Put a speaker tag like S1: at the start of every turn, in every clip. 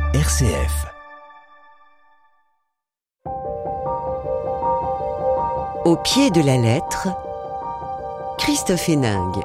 S1: RCF.
S2: Au pied de la lettre, Christophe Héningue.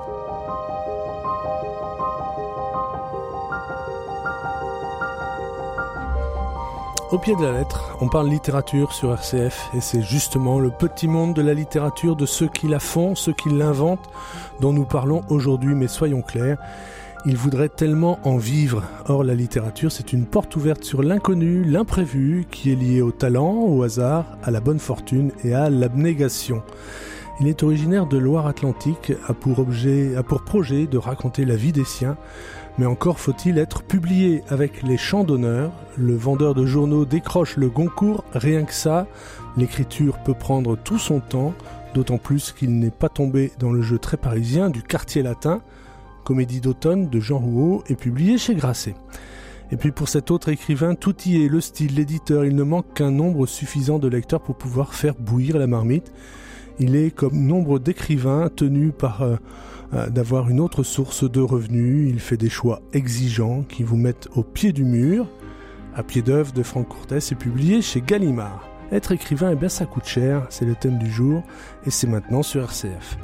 S3: Au pied de la lettre, on parle littérature sur RCF et c'est justement le petit monde de la littérature, de ceux qui la font, ceux qui l'inventent, dont nous parlons aujourd'hui. Mais soyons clairs, ils voudraient tellement en vivre. Or, la littérature, c'est une porte ouverte sur l'inconnu, l'imprévu, qui est lié au talent, au hasard, à la bonne fortune et à l'abnégation. Il est originaire de Loire-Atlantique, a pour projet de raconter la vie des siens. Mais encore faut-il être publié avec les Chants d'honneur. Le vendeur de journaux décroche le Goncourt, rien que ça. L'écriture peut prendre tout son temps, d'autant plus qu'il n'est pas tombé dans le jeu très parisien du Quartier Latin. Comédie d'automne de Jean Rouault est publiée chez Grasset. Et puis pour cet autre écrivain, tout y est, le style, l'éditeur, il ne manque qu'un nombre suffisant de lecteurs pour pouvoir faire bouillir la marmite. Il est, comme nombre d'écrivains, tenu d'avoir une autre source de revenus. Il fait des choix exigeants qui vous mettent au pied du mur. À pied d'œuvre de Franck Courtès est publié chez Gallimard. Être écrivain, eh bien, ça coûte cher, c'est le thème du jour et c'est maintenant sur RCF.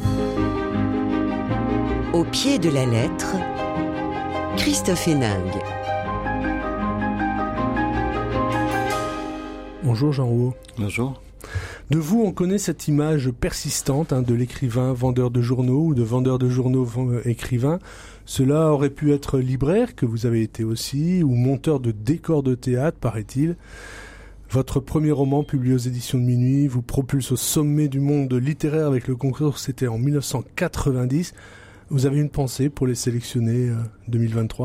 S2: Au pied de la lettre, Christophe Héningue.
S3: Bonjour Jean Rouault.
S4: Bonjour.
S3: De vous, on connaît cette image persistante de l'écrivain vendeur de journaux ou de vendeur de journaux écrivain. Cela aurait pu être libraire, que vous avez été aussi, ou monteur de décors de théâtre, paraît-il. Votre premier roman, publié aux éditions de Minuit, vous propulse au sommet du monde littéraire avec le Goncourt, c'était en 1990. Vous avez une pensée pour les sélectionnés 2023 ?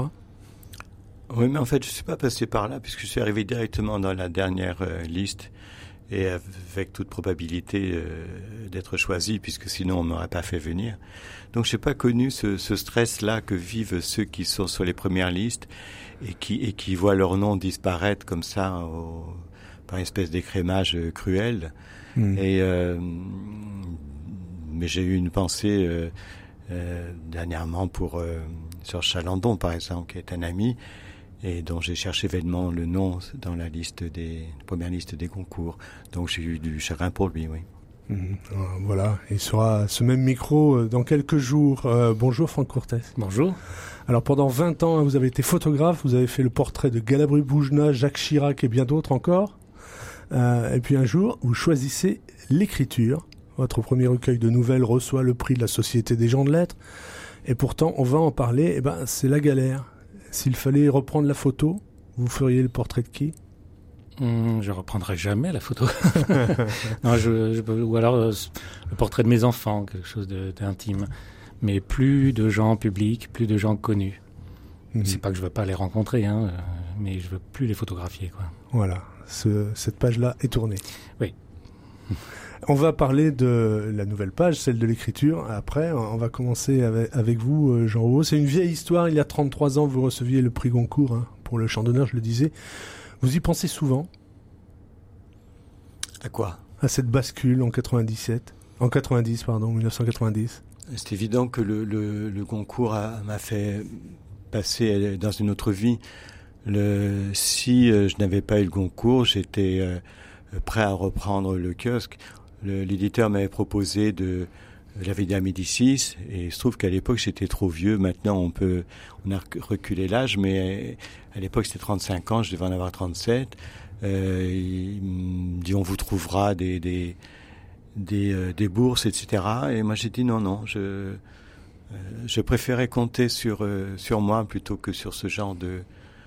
S4: Oui, mais en fait, je ne suis pas passé par là, puisque je suis arrivé directement dans la dernière liste, et avec toute probabilité d'être choisi, puisque sinon on ne m'aurait pas fait venir. Donc je n'ai pas connu ce stress-là que vivent ceux qui sont sur les premières listes et qui voient leur nom disparaître comme ça par une espèce d'écrémage cruel. Mais j'ai eu une pensée dernièrement pour Georges Chalandon, par exemple, qui est un ami, et dont j'ai cherché vainement le nom dans la première liste des Goncourt. Donc j'ai eu du chagrin pour lui, oui.
S3: Voilà, il sera à ce même micro dans quelques jours. Bonjour Franck Courtès.
S5: Bonjour.
S3: Alors pendant 20 ans, vous avez été photographe, vous avez fait le portrait de Galabru-Boujna, Jacques Chirac et bien d'autres encore. Et puis un jour, vous choisissez l'écriture. Votre premier recueil de nouvelles reçoit le prix de la Société des gens de lettres. Et pourtant, on va en parler, c'est la galère. S'il fallait reprendre la photo, vous feriez le portrait de qui ?
S5: Je reprendrai jamais la photo. Non, ou alors le portrait de mes enfants, quelque chose d'intime. Mais plus de gens publics, plus de gens connus. C'est pas que je veux pas les rencontrer, mais je veux plus les photographier, quoi.
S3: Voilà, cette page-là est tournée.
S5: Oui.
S3: On va parler de la nouvelle page, celle de l'écriture. Après, on va commencer avec vous, Jean Rouault. C'est une vieille histoire. Il y a 33 ans, vous receviez le prix Goncourt pour le Chant d'honneur, je le disais. Vous y pensez souvent ?
S4: À quoi ?
S3: À cette bascule en 1990.
S4: C'est évident que le Goncourt m'a fait passer dans une autre vie. Si je n'avais pas eu le Goncourt, j'étais prêt à reprendre le kiosque. L'éditeur m'avait proposé de la Via Médicis et il se trouve qu'à l'époque j'étais trop vieux. Maintenant on a reculé l'âge, mais à l'époque c'était 35 ans, je devais en avoir 37. Il me dit on vous trouvera des bourses, etc. Et moi j'ai dit non, je préférais compter sur moi plutôt que sur ce genre de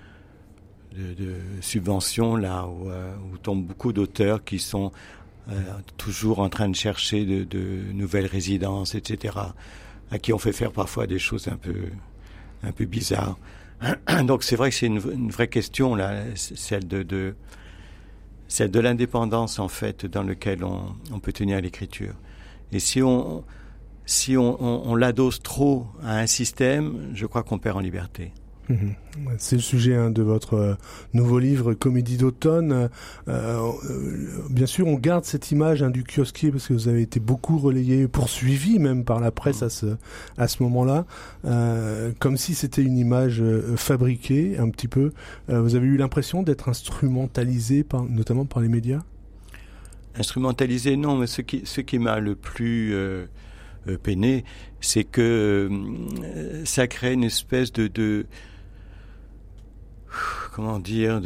S4: subventions là où tombent beaucoup d'auteurs qui sont toujours en train de chercher de nouvelles résidences, etc., à qui on fait faire parfois des choses un peu bizarres. Donc c'est vrai que c'est une vraie question là, celle de l'indépendance en fait dans lequel on peut tenir l'écriture. Et si on l'adosse trop à un système, je crois qu'on perd en liberté.
S3: C'est le sujet de votre nouveau livre Comédie d'automne. Bien sûr, on garde cette image du kiosquier parce que vous avez été beaucoup relayé, poursuivi même par la presse à ce moment-là, comme si c'était une image fabriquée un petit peu. Vous avez eu l'impression d'être instrumentalisé notamment par les médias ?
S4: Instrumentalisé, non, mais ce qui m'a le plus peiné, c'est que ça crée une espèce de comment dire,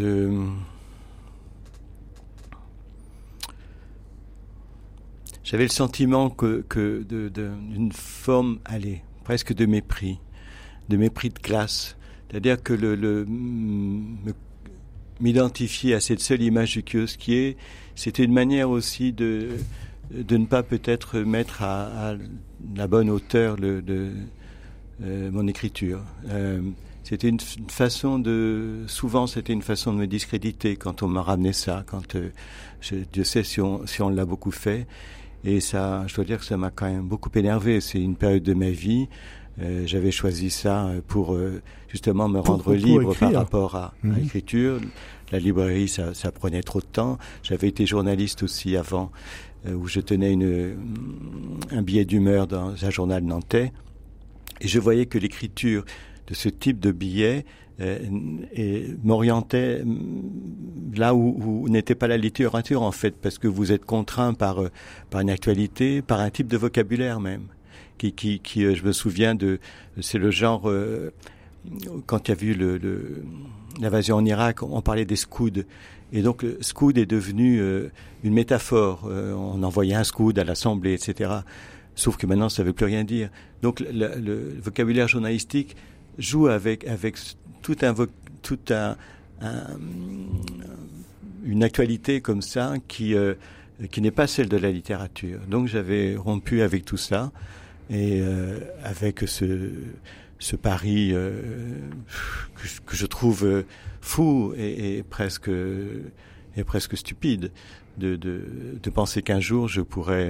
S4: j'avais le sentiment d'une forme, presque de mépris de classe. C'est-à-dire que m'identifier à cette seule image du kiosquier, c'était une manière aussi de ne pas peut-être mettre à la bonne hauteur mon écriture. C'était une façon souvent c'était une façon de me discréditer quand on m'a ramené ça, Dieu sait si on l'a beaucoup fait. Et ça, je dois dire que ça m'a quand même beaucoup énervé. C'est une période de ma vie. J'avais choisi ça pour justement me rendre libre par rapport à l'écriture. La librairie, ça prenait trop de temps. J'avais été journaliste aussi avant, où je tenais un billet d'humeur dans un journal nantais. Et je voyais que l'écriture de ce type de billet m'orientait là où n'était pas la littérature en fait, parce que vous êtes contraint par une actualité, par un type de vocabulaire même, qui je me souviens c'est le genre quand il y a eu l'invasion en Irak, on parlait des scouds. Et donc, le scout est devenu une métaphore. On envoyait un scout à l'Assemblée, etc. Sauf que maintenant, ça ne veut plus rien dire. Donc, le vocabulaire journalistique joue avec une actualité comme ça qui n'est pas celle de la littérature. Donc, j'avais rompu avec tout ça et avec ce pari que je trouve fou et presque stupide de penser qu'un jour je pourrais.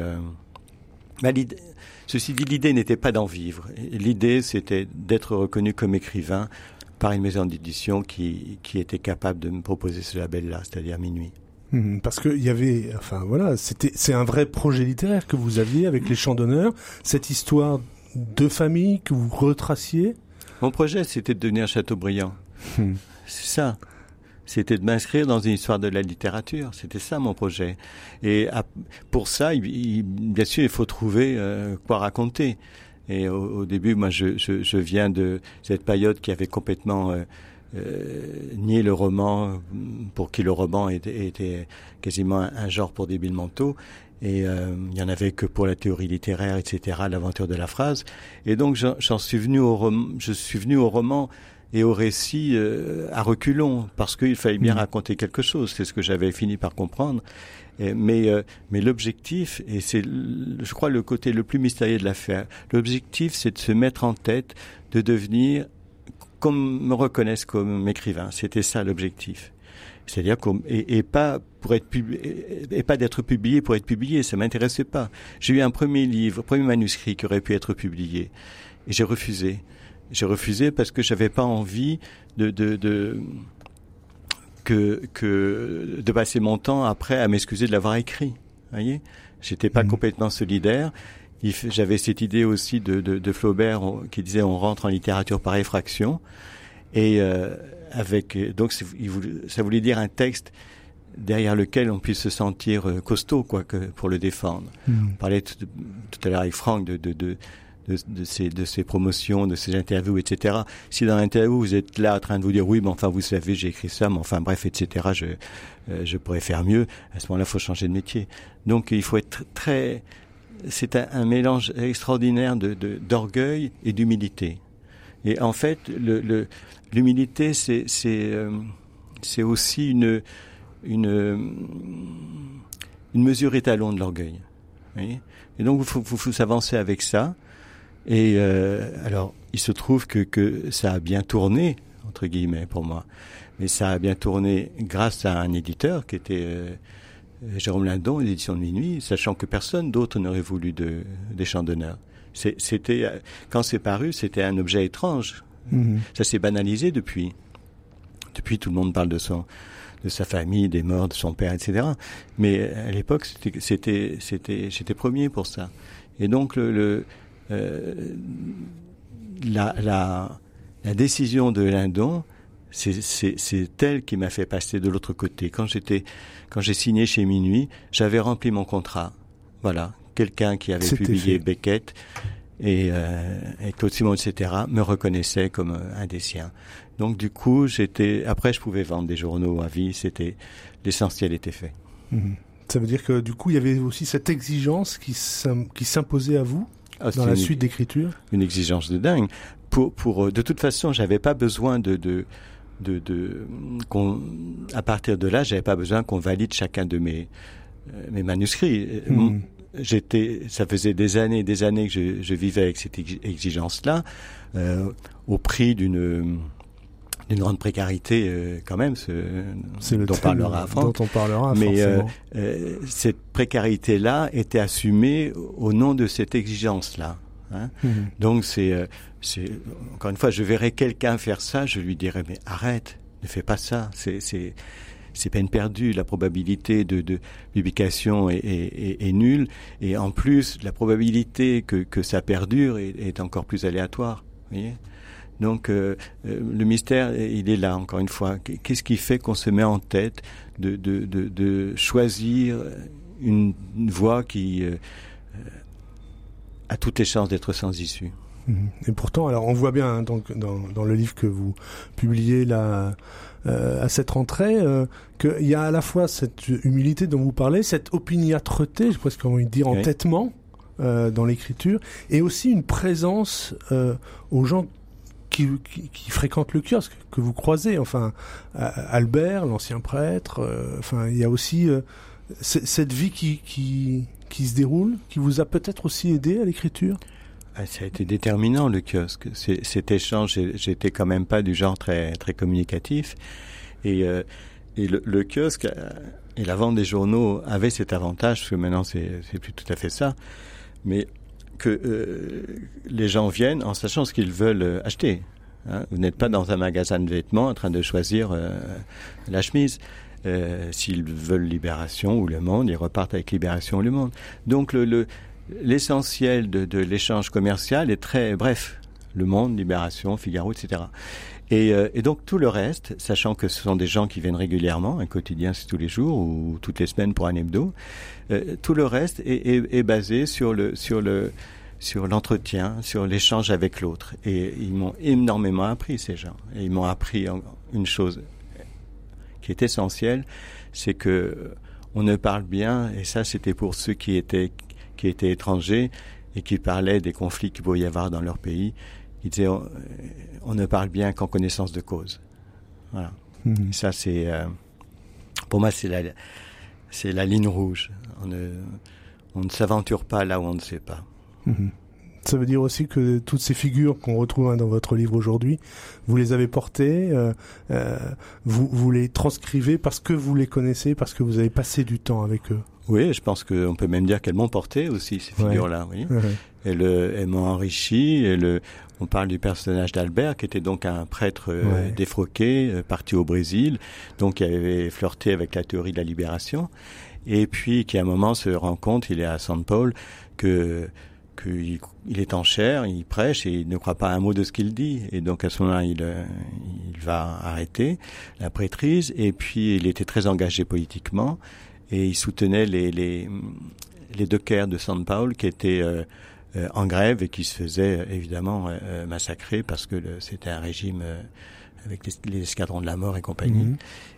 S4: Ceci dit, l'idée n'était pas d'en vivre. L'idée, c'était d'être reconnu comme écrivain par une maison d'édition qui était capable de me proposer ce label-là, c'est-à-dire Minuit.
S3: Parce que il y avait, c'est un vrai projet littéraire que vous aviez avec Les Chants d'honneur, cette histoire de famille que vous retraciez.
S4: Mon projet, c'était de devenir Chateaubriand. C'est ça. C'était de m'inscrire dans une histoire de la littérature. C'était ça mon projet. Et pour ça, bien sûr, il faut trouver quoi raconter. Et au début, moi, je viens de cette période qui avait complètement nié le roman, pour qui le roman était quasiment un genre pour des Billes-Manteau. Et il y en avait que pour la théorie littéraire, etc., l'aventure de la phrase. Et donc, je suis venu au roman et au récit à reculons, parce qu'il fallait bien raconter quelque chose. C'est ce que j'avais fini par comprendre. Mais l'objectif, et c'est, je crois, le côté le plus mystérieux de l'affaire, l'objectif, c'est de se mettre en tête de devenir, comme me reconnaissent comme écrivain. C'était ça l'objectif. C'est-à-dire et pas d'être publié pour être publié, ça m'intéressait pas. J'ai eu un premier manuscrit qui aurait pu être publié, et j'ai refusé. J'ai refusé parce que j'avais pas envie de passer mon temps après à m'excuser de l'avoir écrit. Vous voyez, j'étais pas complètement solidaire. J'avais cette idée aussi de Flaubert qui disait on rentre en littérature par effraction, et donc ça voulait dire un texte derrière lequel on puisse se sentir costaud, pour le défendre. On parlait tout à l'heure avec Franck de ces promotions, de ces interviews, etc. Si dans l'interview vous êtes là en train de vous dire oui, mais enfin vous savez j'ai écrit ça, mais enfin bref, etc. Je pourrais faire mieux. À ce moment-là, il faut changer de métier. Donc il faut être c'est un mélange extraordinaire d'orgueil et d'humilité. Et en fait, l'humilité, c'est aussi une mesure étalon de l'orgueil. Vous voyez ? Et donc, vous s'avancer avec ça. Et alors, il se trouve que ça a bien tourné, entre guillemets, pour moi. Mais ça a bien tourné grâce à un éditeur qui était Jérôme Lindon, l'édition de Minuit, sachant que personne d'autre n'aurait voulu des Chants d'honneur. Quand c'est paru, c'était un objet étrange. Ça s'est banalisé depuis. Depuis, tout le monde parle de sa famille, des morts, de son père, etc. Mais à l'époque, j'étais premier pour ça. Et donc, la décision de Lindon, c'est elle qui m'a fait passer de l'autre côté. Quand j'ai signé chez Minuit, j'avais rempli mon contrat. Voilà. Quelqu'un qui avait publié Beckett et Claude Simon, etc., me reconnaissait comme un des siens. Donc du coup, après je pouvais vendre des journaux à vie, l'essentiel était fait.
S3: Ça veut dire que du coup, il y avait aussi cette exigence qui s'imposait à vous dans la suite d'écriture.
S4: Une exigence de dingue. De toute façon, j'avais pas besoin à partir de là, j'avais pas besoin qu'on valide chacun de mes manuscrits. Ça faisait des années que je vivais avec cette exigence-là, au prix d'une grande précarité quand même, dont on parlera forcément. Mais cette précarité-là était assumée au nom de cette exigence-là. Hein. Donc encore une fois, je verrais quelqu'un faire ça, je lui dirais mais arrête, ne fais pas ça, c'est peine perdue, la probabilité de publication est nulle, et en plus la probabilité que ça perdure est encore plus aléatoire. Vous voyez ? Donc le mystère, il est là encore une fois. Qu'est-ce qui fait qu'on se met en tête de choisir une voie qui a toutes les chances d'être sans issue?
S3: Et pourtant, alors on voit bien donc dans le livre que vous publiez là à cette rentrée qu'il y a à la fois cette humilité dont vous parlez, cette opiniâtreté, je pense qu'on va dire entêtement dans l'écriture, et aussi une présence aux gens qui fréquentent le kiosque, que vous croisez, enfin Albert, l'ancien prêtre, enfin il y a aussi cette vie qui se déroule, qui vous a peut-être aussi aidé à l'écriture.
S4: Ça a été déterminant, le kiosque. Cet échange, j'étais quand même pas du genre très très communicatif, et le kiosque et la vente des journaux avait cet avantage, parce que maintenant c'est plus tout à fait ça, mais que les gens viennent en sachant ce qu'ils veulent acheter. Hein. Vous n'êtes pas dans un magasin de vêtements en train de choisir la chemise. S'ils veulent Libération ou Le Monde, ils repartent avec Libération ou Le Monde. Donc l'essentiel de l'échange commercial est très bref. Le Monde, Libération, Figaro, etc. Et donc tout le reste, sachant que ce sont des gens qui viennent régulièrement, un quotidien c'est tous les jours ou toutes les semaines pour un hebdo, tout le reste est basé sur l'entretien, sur l'échange avec l'autre. Et ils m'ont énormément appris, ces gens. Et ils m'ont appris une chose qui est essentielle, c'est que on ne parle bien, et ça c'était pour ceux qui étaient étrangers et qui parlaient des conflits qu'il pouvait y avoir dans leur pays. Ils disaient on ne parle bien qu'en connaissance de cause. Voilà. Et ça c'est pour moi c'est la ligne rouge. On ne s'aventure pas là où on ne sait pas.
S3: Ça veut dire aussi que toutes ces figures qu'on retrouve dans votre livre aujourd'hui, vous les avez portées, vous les transcrivez parce que vous les connaissez, parce que vous avez passé du temps avec eux.
S4: Oui, je pense qu'on peut même dire qu'elles m'ont porté aussi, ces figures-là. Oui. Elles m'ont enrichi. On parle du personnage d'Albert, qui était donc un prêtre défroqué, parti au Brésil, donc qui avait flirté avec la théorie de la libération, et puis qui à un moment se rend compte, il est à São Paulo, qu'il est en chair, il prêche et il ne croit pas un mot de ce qu'il dit. Et donc à ce moment-là, il va arrêter la prêtrise. Et puis il était très engagé politiquement et il soutenait les dockers de São Paulo qui étaient en grève et qui se faisaient évidemment massacrer parce que c'était un régime avec les escadrons de la mort et compagnie.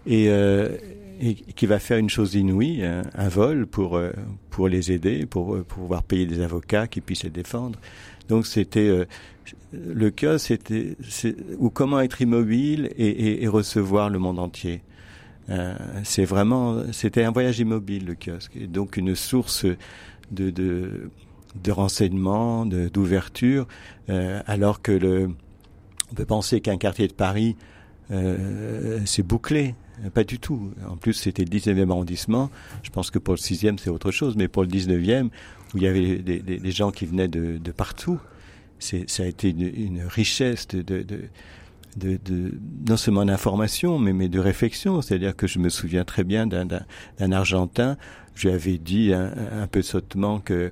S4: Et qui va faire une chose inouïe, un vol pour les aider, pour pouvoir payer des avocats qui puissent les défendre. Donc c'était le kiosque, ou comment être immobile et recevoir le monde entier. C'était un voyage immobile, le kiosque, et donc une source de renseignements, d'ouverture, alors que on peut penser qu'un quartier de Paris c'est bouclé. Pas du tout. En plus, c'était le 19e arrondissement. Je pense que pour le 6e, c'est autre chose. Mais pour le 19e, où il y avait des gens qui venaient de partout, ça a été une richesse de non seulement d'information, mais de réflexion. C'est-à-dire que je me souviens très bien d'un Argentin. Je lui avais dit un peu sottement qu'il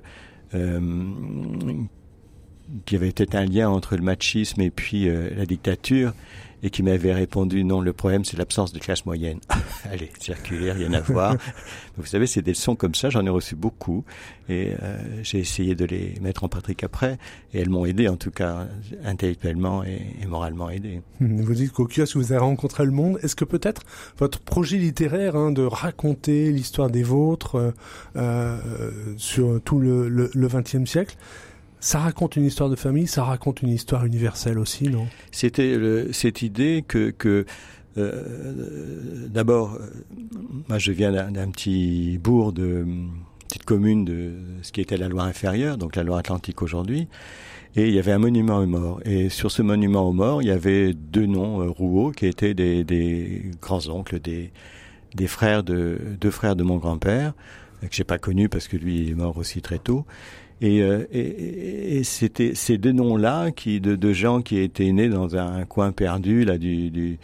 S4: y avait peut-être un lien entre le machisme et puis la dictature, et qui m'avait répondu non, le problème c'est l'absence de classe moyenne. Allez, circuler, rien à voir. Vous savez, c'est des leçons comme ça, j'en ai reçu beaucoup, et j'ai essayé de les mettre en pratique après, et elles m'ont aidé, en tout cas intellectuellement et moralement aidé.
S3: Vous dites qu'au kiosque vous avez rencontré le monde. Est-ce que peut-être votre projet littéraire de raconter l'histoire des vôtres sur tout le XXe siècle, ça raconte une histoire de famille, ça raconte une histoire universelle aussi, non ?
S4: C'était cette idée que d'abord, moi je viens d'un petit bourg petite commune de ce qui était la Loire-Inférieure, donc la Loire-Atlantique aujourd'hui, et il y avait un monument aux morts. Et sur ce monument aux morts, il y avait 2 noms, Rouault, qui étaient des grands-oncles, deux frères de mon grand-père, que j'ai pas connu parce que lui est mort aussi très tôt. Et c'était ces 2 noms-là de gens qui étaient nés dans un coin perdu là de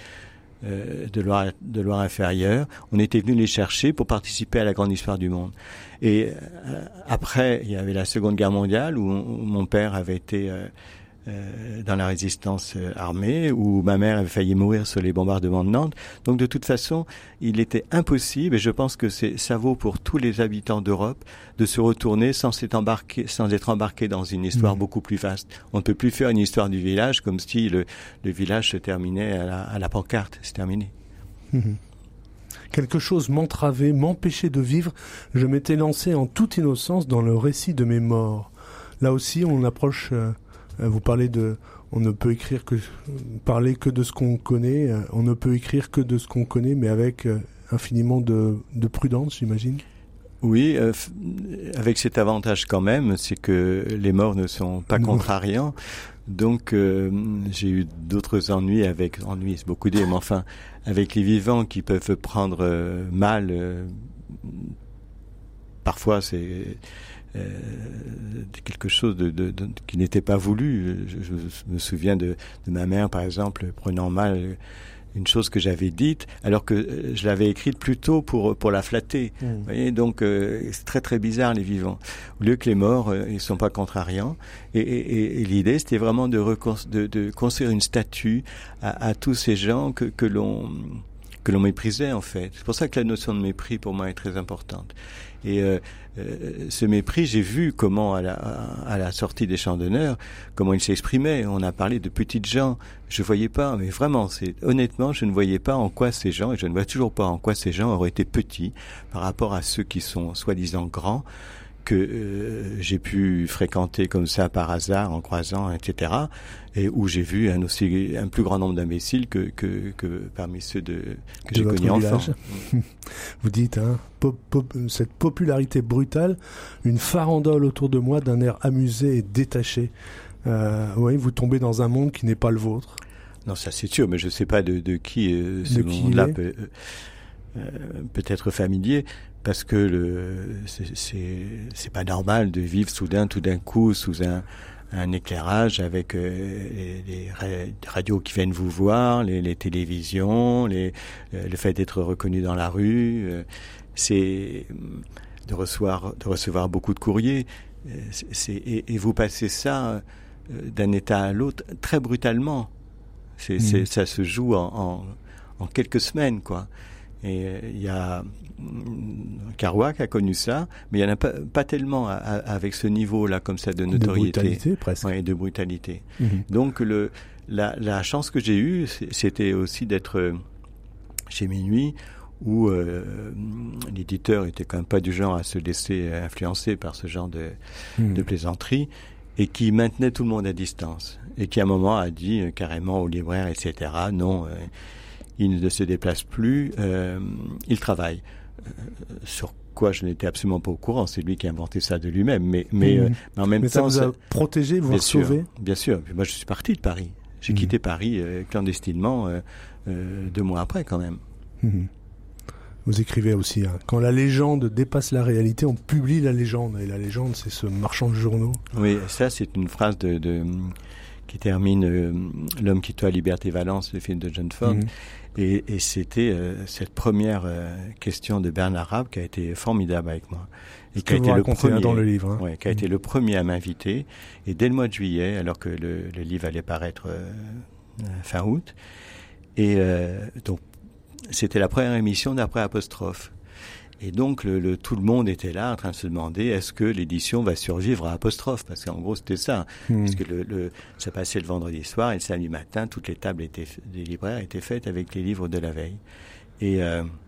S4: Loire inférieure. On était venus les chercher pour participer à la grande histoire du monde. Et après, il y avait la Seconde Guerre mondiale où mon père avait été dans la résistance armée, où ma mère avait failli mourir sur les bombardements de Nantes. Donc de toute façon, il était impossible, et je pense que ça vaut pour tous les habitants d'Europe, de se retourner sans être embarqué dans une histoire beaucoup plus vaste. On ne peut plus faire une histoire du village comme si le village se terminait à la pancarte. C'est terminé.
S3: Quelque chose m'entravait, m'empêchait de vivre. Je m'étais lancé en toute innocence dans le récit de mes morts. Là aussi, on approche... Vous parlez on ne peut parler que de ce qu'on connaît, on ne peut écrire que de ce qu'on connaît, mais avec infiniment de prudence, j'imagine.
S4: Oui, avec cet avantage quand même, c'est que les morts ne sont pas contrariants. Donc j'ai eu d'autres ennuis c'est beaucoup dit, mais enfin, avec les vivants qui peuvent prendre mal, parfois c'est... quelque chose qui n'était pas voulu. Je me souviens de ma mère, par exemple, prenant mal une chose que j'avais dite, alors que je l'avais écrite plutôt pour la flatter. Vous voyez, donc c'est très très bizarre, les vivants. Au lieu que les morts, ils sont pas contrariants. Et l'idée, c'était vraiment de construire une statue à tous ces gens que l'on méprisait, en fait. C'est pour ça que la notion de mépris, pour moi, est très importante. Et ce mépris, j'ai vu comment à la sortie des Champs d'honneur, comment il s'exprimait. On a parlé de petites gens. Je voyais pas, mais vraiment, honnêtement, je ne voyais pas en quoi ces gens, et je ne vois toujours pas en quoi ces gens auraient été petits par rapport à ceux qui sont soi-disant grands, que j'ai pu fréquenter comme ça par hasard en croisant, etc. Et où j'ai vu un plus grand nombre d'imbéciles que parmi ceux que j'ai connus enfant.
S3: Vous dites, cette popularité brutale, une farandole autour de moi d'un air amusé et détaché. Oui, vous tombez dans un monde qui n'est pas le vôtre.
S4: Non, ça c'est sûr, mais je ne sais pas de qui ce monde-là peut être familier. Parce que c'est pas normal de vivre tout d'un coup sous un éclairage avec les radios qui viennent vous voir, les télévisions, le fait d'être reconnu dans la rue, c'est de recevoir beaucoup de courriers, et vous passez ça d'un état à l'autre très brutalement. Ça se joue en quelques semaines, quoi. Et il y a Kerouac a connu ça, mais il n'y en a pas tellement avec ce niveau-là comme ça de notoriété.
S3: De brutalité, presque.
S4: Ouais, de brutalité. Donc la chance que j'ai eue, c'était aussi d'être chez Minuit, où l'éditeur était quand même pas du genre à se laisser influencer par ce genre de plaisanterie, et qui maintenait tout le monde à distance, et qui à un moment a dit carrément aux libraires, etc., non, il ne se déplace plus, il travaille. Sur quoi je n'étais absolument pas au courant, c'est lui qui a inventé ça de lui-même, mais en même temps...
S3: ça vous a protégé, vous a sauvé ?
S4: Bien sûr, moi je suis parti de Paris. J'ai quitté Paris clandestinement 2 mois après quand même.
S3: Vous écrivez aussi, hein, quand la légende dépasse la réalité, on publie la légende. Et la légende, c'est ce marchand de journaux.
S4: Oui, ça, c'est une phrase qui termine L'homme qui toit Liberté Valence, le film de John Ford. Et c'était cette première question de Bernard Rapp qui a été formidable avec moi. Et qui a été le premier
S3: dans le livre. Hein.
S4: Ouais, qui a été le premier à m'inviter. Et dès le mois de juillet, alors que le livre allait paraître fin août, et donc c'était la première émission d'après Apostrophe. Et donc tout le monde était là en train de se demander est-ce que l'édition va survivre à Apostrophe, parce qu'en gros c'était ça, parce que ça passait le vendredi soir et le samedi matin, toutes les tables des libraires étaient faites avec les livres de la veille. Et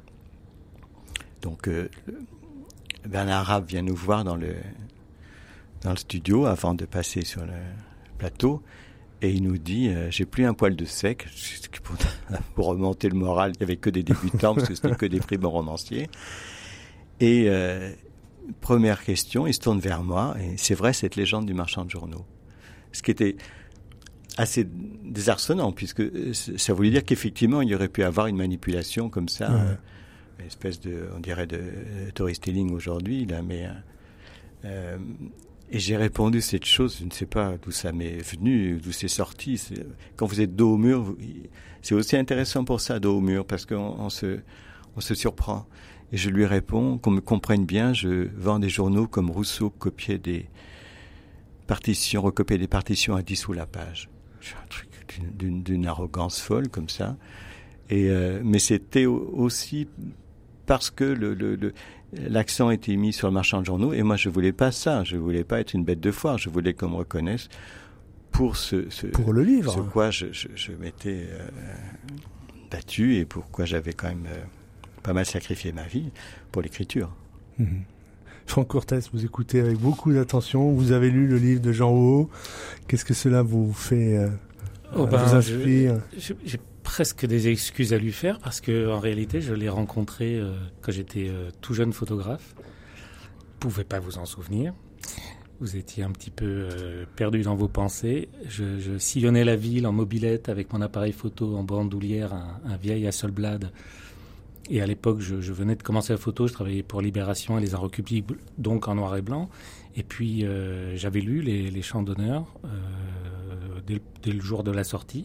S4: donc Bernard Rapp vient nous voir dans le studio avant de passer sur le plateau. Et il nous dit, j'ai plus un poil de sec. Pour remonter le moral, il n'y avait que des débutants, parce que c'était que des primo-romanciers. Et première question, il se tourne vers moi, et c'est vrai, cette légende du marchand de journaux. Ce qui était assez désarçonnant, puisque ça voulait dire qu'effectivement, il y aurait pu avoir une manipulation comme ça, une espèce de, on dirait, de storytelling aujourd'hui, là, mais... Et j'ai répondu cette chose, je ne sais pas d'où ça m'est venu, d'où c'est sorti. Quand vous êtes dos au mur, c'est aussi intéressant pour ça, dos au mur, parce qu'on se surprend. Et je lui réponds, qu'on me comprenne bien, je vends des journaux comme Rousseau recopiait des partitions à 10 sous la page. C'est un truc d'une arrogance folle comme ça. Mais c'était aussi parce que l'accent était mis sur le marchand de journaux, et moi je voulais pas ça, je voulais pas être une bête de foire, je voulais qu'on me reconnaisse pour
S3: pour le livre,
S4: sur quoi je m'étais battu et pourquoi j'avais quand même pas mal sacrifié ma vie pour l'écriture.
S3: Franck Cortès, vous écoutez avec beaucoup d'attention, vous avez lu le livre de Jean Rouault, qu'est-ce que cela vous fait vous inspire?
S5: J'ai presque des excuses à lui faire, parce que en réalité je l'ai rencontré quand j'étais tout jeune photographe. Vous pouvez pas vous en souvenir, vous étiez un petit peu perdu dans vos pensées. Je sillonnais la ville en mobilette avec mon appareil photo en bandoulière, un vieil Hasselblad, et à l'époque je venais de commencer la photo, je travaillais pour Libération et les Arts Publics, donc en noir et blanc, et puis j'avais lu les chants d'honneur dès le jour de la sortie.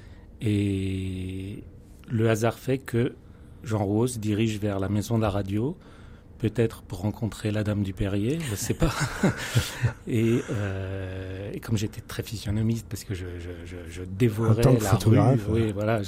S5: Et le hasard fait que Jean Rouault se dirige vers la maison de la radio, peut-être pour rencontrer la dame du Perrier, je ne sais pas. Et comme j'étais très physionomiste, parce que je dévorais la rue, oui, voilà.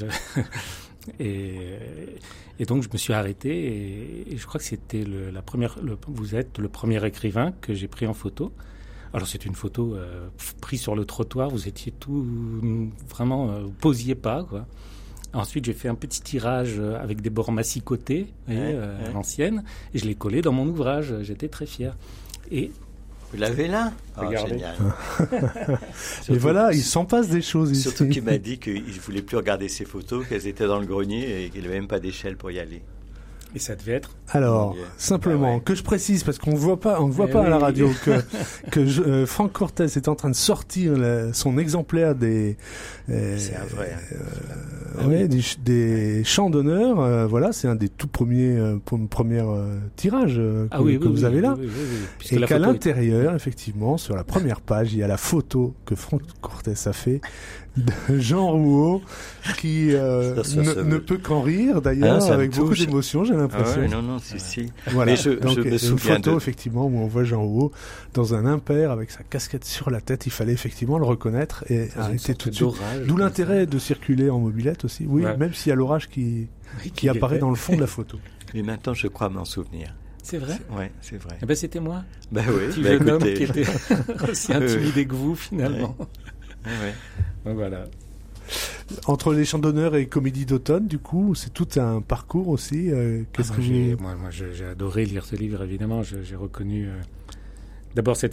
S5: Et donc je me suis arrêté, et je crois que c'était vous êtes le premier écrivain que j'ai pris en photo. Alors c'est une photo prise sur le trottoir, vous étiez tout vraiment, vous posiez pas, quoi. Ensuite j'ai fait un petit tirage avec des bords massicotés, à l'ancienne, et je l'ai collé dans mon ouvrage, j'étais très fier. Et
S4: vous l'avez là?
S5: Regardez.
S4: Génial.
S3: Et voilà, il s'en passe des choses ici.
S4: Surtout qu'il m'a dit qu'il ne voulait plus regarder ses photos, qu'elles étaient dans le grenier et qu'il n'avait même pas d'échelle pour y aller.
S5: Et ça devait être.
S3: Alors, simplement, que je précise, parce qu'on ne voit pas à la radio que Franck Cortès est en train de sortir son exemplaire des.
S4: C'est un vrai.
S3: Des chants d'honneur. Voilà, c'est un des tout premiers tirages que vous avez là. Oui. Et qu'à l'intérieur, effectivement, sur la première page, il y a la photo que Franck Cortès a fait de Jean Rouault, qui ne peut qu'en rire, d'ailleurs, avec beaucoup d'émotion, j'ai l'impression.
S4: Non, si.
S3: Voilà.
S4: Mais je me souviens
S3: une photo, effectivement, où on voit Jean Rouault dans un impair avec sa casquette sur la tête. Il fallait effectivement le reconnaître et arrêter tout de suite. D'où l'intérêt de circuler en mobilette aussi. Oui, même s'il y a l'orage qui apparaît dans le fond de la photo.
S4: Mais maintenant, je crois m'en souvenir.
S5: C'est vrai?
S4: Oui, c'est vrai.
S5: Eh ben, c'était moi.
S4: Oui.
S5: Petit jeune homme qui était aussi intimidé que vous, finalement.
S4: Ouais.
S5: Donc voilà.
S3: Entre les chants d'honneur et comédie d'automne, du coup, c'est tout un parcours aussi.
S5: Moi, j'ai adoré lire ce livre, évidemment. J'ai reconnu d'abord cet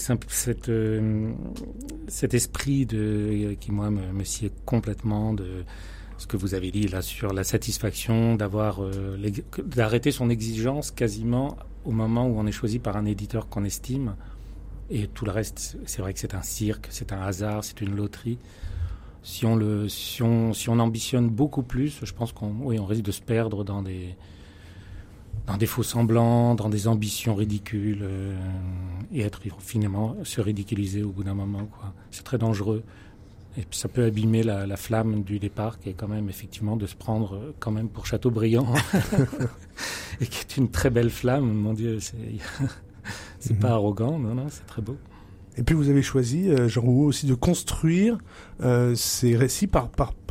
S5: esprit qui, moi, me sied complètement, de ce que vous avez dit là sur la satisfaction d'arrêter son exigence quasiment au moment où on est choisi par un éditeur qu'on estime. Et tout le reste, c'est vrai que c'est un cirque, c'est un hasard, c'est une loterie. Si on ambitionne beaucoup plus, je pense qu'on risque de se perdre dans dans des faux-semblants, dans des ambitions ridicules, et être finalement se ridiculiser au bout d'un moment, quoi. C'est très dangereux. Et puis ça peut abîmer la flamme du départ, qui est quand même effectivement de se prendre quand même pour Chateaubriand, et qui est une très belle flamme. Mon Dieu, c'est pas arrogant, non, c'est très beau.
S3: Et puis vous avez choisi, Jean Rouault, aussi de construire ces récits par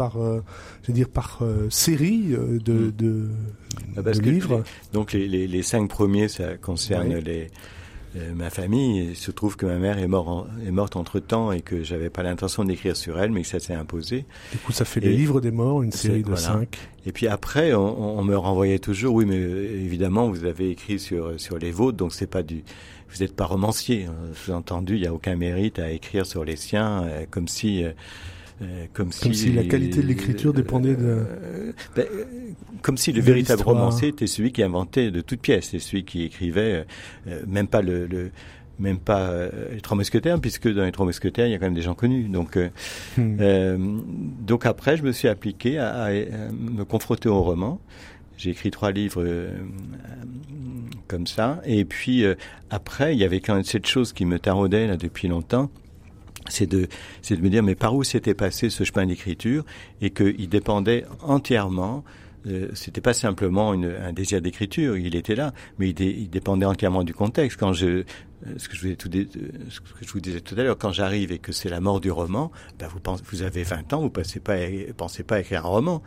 S3: série de livres.
S4: Donc les 5 premiers, ça concerne ma famille. Il se trouve que ma mère est morte entre-temps et que j'avais pas l'intention d'écrire sur elle, mais que ça s'est imposé.
S3: Du coup, ça fait les livres des morts, une série de 5.
S4: Et puis après, on me renvoyait toujours, oui, mais évidemment, vous avez écrit sur les vôtres, donc c'est pas vous n'êtes pas romancier. Sous-entendu, il n'y a aucun mérite à écrire sur les siens, comme si
S3: la qualité de l'écriture dépendait de...
S4: comme si le véritable romancier était celui qui inventait de toutes pièces, c'est celui qui écrivait, même pas les Trois Mousquetaires, puisque dans les Trois Mousquetaires, il y a quand même des gens connus. Donc après, je me suis appliqué à me confronter au roman. J'ai écrit 3 livres comme ça. Et puis après, il y avait quand même cette chose qui me taraudait là depuis longtemps. C'est de me dire, mais par où s'était passé ce chemin d'écriture, et qu'il dépendait entièrement, c'était pas simplement un désir d'écriture, il était là, mais il dépendait entièrement du contexte. Ce que je vous disais tout à l'heure, quand j'arrive et que c'est la mort du roman, vous avez 20 ans, vous pensez pas à écrire un roman.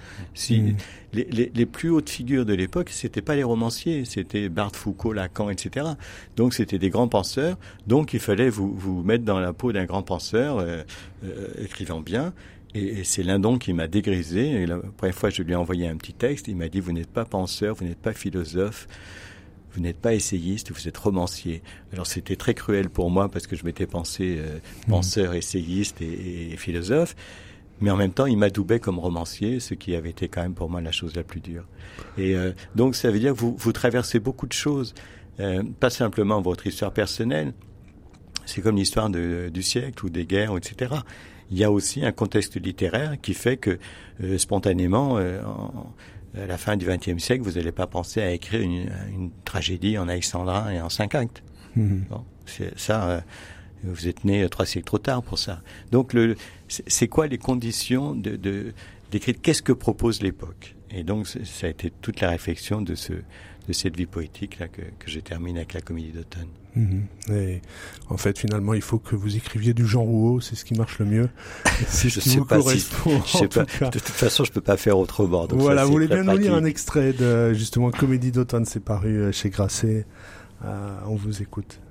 S4: Les plus hautes figures de l'époque, c'était pas les romanciers, c'était Barthes, Foucault, Lacan, etc. Donc c'était des grands penseurs, donc il fallait vous mettre dans la peau d'un grand penseur, écrivant bien. Et c'est Lindon qui m'a dégrisé. Et la première fois, je lui ai envoyé un petit texte. Il m'a dit, vous n'êtes pas penseur, vous n'êtes pas philosophe, vous n'êtes pas essayiste, vous êtes romancier. Alors c'était très cruel pour moi parce que je m'étais pensé penseur, essayiste et philosophe. Mais en même temps, il m'adoubait comme romancier, ce qui avait été quand même pour moi la chose la plus dure. Et donc ça veut dire que vous traversez beaucoup de choses. Pas simplement votre histoire personnelle. C'est comme l'histoire du siècle ou des guerres, etc. Il y a aussi un contexte littéraire qui fait que spontanément, à la fin du XXe siècle, vous n'allez pas penser à écrire une tragédie en alexandrin et en 5 actes. Bon, c'est ça, vous êtes né 3 siècles trop tard pour ça. Donc, c'est quoi les conditions d'écrire? Qu'est-ce que propose l'époque? Et donc, ça a été toute la réflexion de cette vie poétique là que je termine avec la Comédie d'automne.
S3: Et en fait, finalement, il faut que vous écriviez du Jean Rouault, c'est ce qui marche le mieux. C'est ce qui vous correspond.
S4: De toute façon, je peux pas faire autrement. Donc
S3: voilà,
S4: ça,
S3: vous voulez bien nous lire un extrait de justement Comédie d'automne, c'est paru chez Grasset. On vous écoute.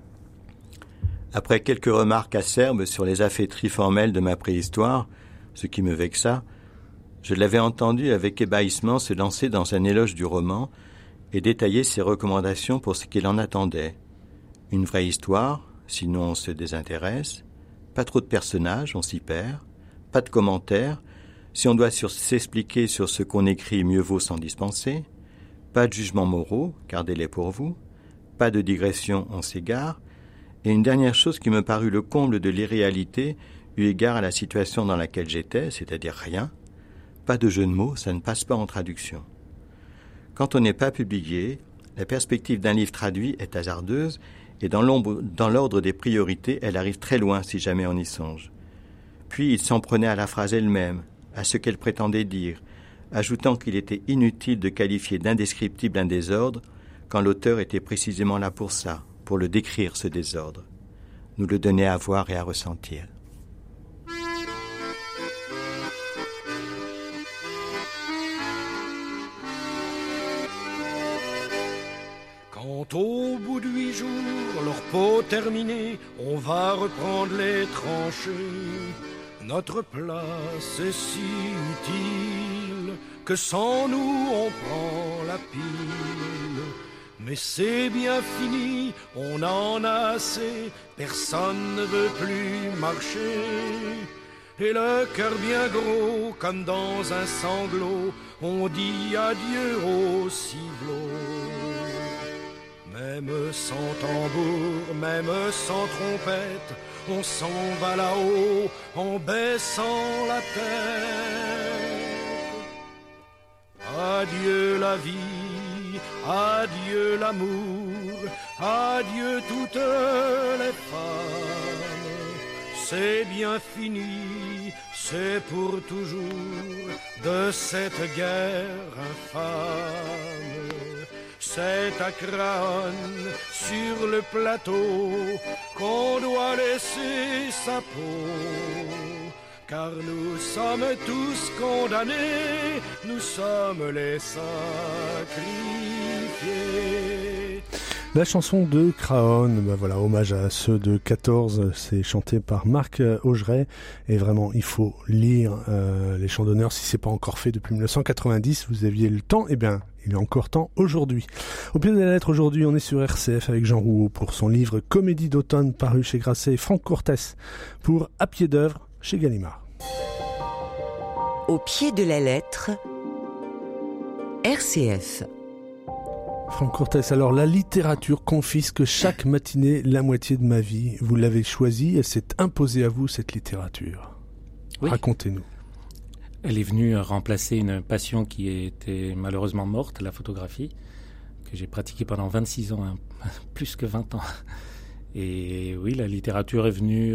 S4: Après quelques remarques acerbes sur les affaîtries formelles de ma préhistoire, ce qui me vexa, je l'avais entendu avec ébahissement se lancer dans un éloge du roman et détailler ses recommandations pour ce qu'il en attendait. Une vraie histoire, sinon on se désintéresse, pas trop de personnages, on s'y perd, pas de commentaires, si on doit s'expliquer sur ce qu'on écrit, mieux vaut s'en dispenser, pas de jugements moraux, gardez-les pour vous, pas de digression, on s'égare, et une dernière chose qui me parut le comble de l'irréalité, eu égard à la situation dans laquelle j'étais, c'est-à-dire rien, pas de jeu de mots, ça ne passe pas en traduction. Quand on n'est pas publié, la perspective d'un livre traduit est hasardeuse, et dans l'ordre des priorités, elle arrive très loin si jamais on y songe. Puis il s'en prenait à la phrase elle-même, à ce qu'elle prétendait dire, ajoutant qu'il était inutile de qualifier d'indescriptible un désordre, quand l'auteur était précisément là pour ça, pour le décrire ce désordre, nous le donner à voir et à ressentir.
S1: Quand au bout de 8 jours, leur peau terminée, on va reprendre les tranchées. Notre place est si utile que sans nous on prend la pile. Mais c'est bien fini, on en a assez, personne ne veut plus marcher. Et le cœur bien gros, comme dans un sanglot, on dit adieu au ciblot. Même sans tambour, même sans trompette, on s'en va là-haut en baissant la tête. Adieu la vie, adieu l'amour, adieu toutes les femmes. C'est bien fini, c'est pour toujours de cette guerre infâme. C'est à Craonne, sur le plateau, qu'on doit laisser sa peau. Car nous sommes tous condamnés, nous sommes les sacrifiés.
S3: La chanson de Craonne, voilà, hommage à ceux de 14, c'est chanté par Marc Augeret. Et vraiment, il faut lire les chants d'honneur si c'est pas encore fait depuis 1990. Vous aviez le temps, eh bien, il est encore temps aujourd'hui. Au pied de la lettre, aujourd'hui, on est sur RCF avec Jean Rouault pour son livre Comédie d'automne paru chez Grasset, et Franck Cortès pour À pied d'œuvre chez Gallimard.
S2: Au pied de la lettre, RCF.
S3: Franck Cortès, alors la littérature confisque chaque matinée la moitié de ma vie. Vous l'avez choisie, elle s'est imposée à vous, cette littérature. Oui. Racontez-nous.
S5: Elle est venue remplacer une passion qui était malheureusement morte, la photographie, que j'ai pratiquée pendant 26 ans, plus que 20 ans. Et oui, la littérature est venue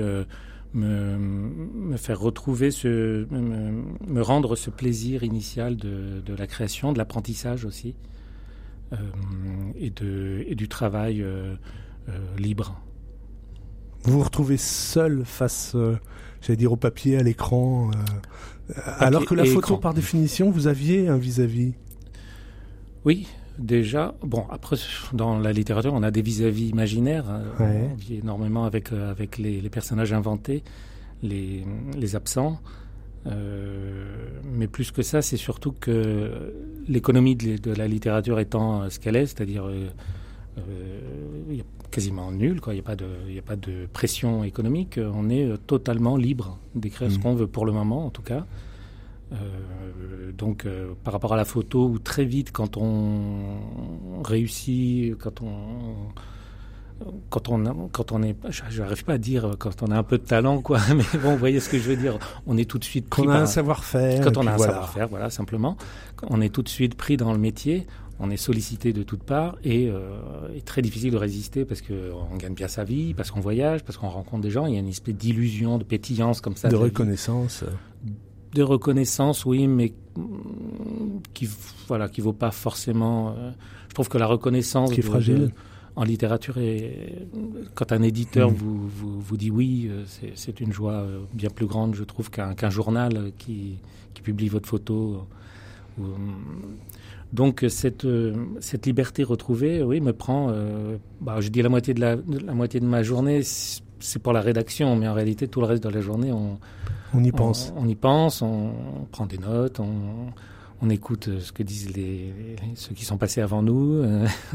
S5: me faire retrouver me rendre ce plaisir initial de la création, de l'apprentissage aussi, et du travail libre.
S3: Vous vous retrouvez seul face, j'allais dire, au papier, à l'écran, alors que la photo, écran. Par définition, vous aviez un vis-à-vis.
S5: Oui, déjà. Bon, après, dans la littérature, on a des vis-à-vis imaginaires. Ouais. On vit énormément avec les personnages inventés, les absents. Mais plus que ça, c'est surtout que l'économie de la littérature étant ce qu'elle est, c'est-à-dire quasiment nulle, quoi. Il n'y a pas de pression économique. On est totalement libre d'écrire ce qu'on veut pour le moment, en tout cas. Donc, par rapport à la photo, où très vite, quand on réussit, quand on est, j'arrive pas à dire quand on a un peu de talent, quoi, mais bon, vous voyez ce que je veux dire. On est tout de suite pris.
S3: Quand on a un savoir-faire.
S5: Quand on a un savoir-faire, voilà, simplement. On est tout de suite pris dans le métier. On est sollicité de toutes parts et très difficile de résister parce qu'on gagne bien sa vie, parce qu'on voyage, parce qu'on rencontre des gens. Il y a une espèce d'illusion, de pétillance comme ça.
S3: De reconnaissance.
S5: De reconnaissance, oui, mais qui vaut pas forcément. Je trouve que la reconnaissance
S3: qui est fragile
S5: en littérature, quand un éditeur vous dit oui, c'est une joie bien plus grande, je trouve, qu'un journal qui publie votre photo. Donc cette liberté retrouvée, oui, me prend. Je dis la moitié de ma journée, c'est pour la rédaction, mais en réalité tout le reste de la journée,
S3: on y pense.
S5: On y pense, on prend des notes, on écoute ce que disent ceux qui sont passés avant nous.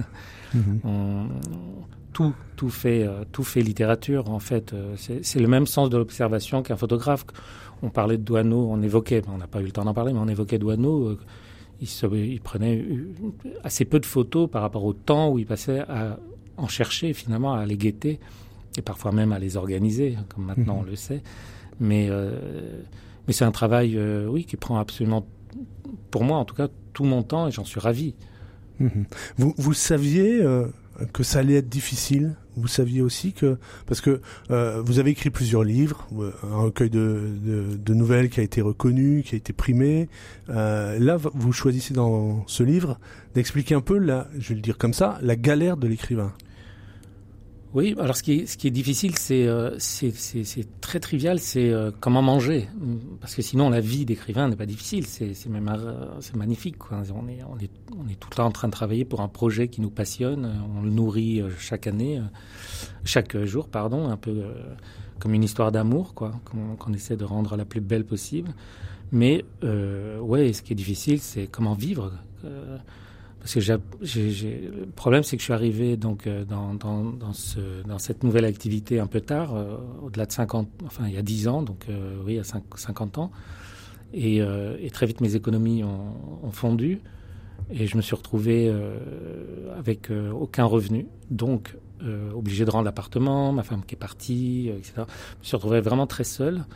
S5: Tout fait littérature, en fait. C'est le même sens de l'observation qu'un photographe. On parlait de Doisneau, on n'a pas eu le temps d'en parler, mais on évoquait Doisneau. Il prenait assez peu de photos par rapport au temps où il passait à en chercher, finalement, à les guetter, et parfois même à les organiser, comme maintenant on le sait. Mais c'est un travail, qui prend absolument, pour moi en tout cas, tout mon temps, et j'en suis ravi.
S3: Vous saviez que ça allait être difficile? Vous saviez aussi que... Parce que vous avez écrit plusieurs livres, un recueil de nouvelles qui a été reconnu, qui a été primé. Là, vous choisissez dans ce livre d'expliquer un peu, je vais le dire comme ça, la galère de l'écrivain.
S5: Oui, alors ce qui est difficile, c'est très trivial, c'est comment manger, parce que sinon la vie d'écrivain n'est pas difficile, c'est magnifique, quoi. On est tout le temps en train de travailler pour un projet qui nous passionne, on le nourrit chaque jour, un peu comme une histoire d'amour, quoi, qu'on essaie de rendre la plus belle possible. Mais ce qui est difficile, c'est comment vivre. Parce que le problème, c'est que je suis arrivé donc dans cette nouvelle activité un peu tard, au-delà de 50, enfin il y a 10 ans, donc à 50 ans, et très vite mes économies ont fondu, et je me suis retrouvé avec aucun revenu, donc obligé de rendre l'appartement, ma femme qui est partie, etc. Je me suis retrouvé vraiment très seul,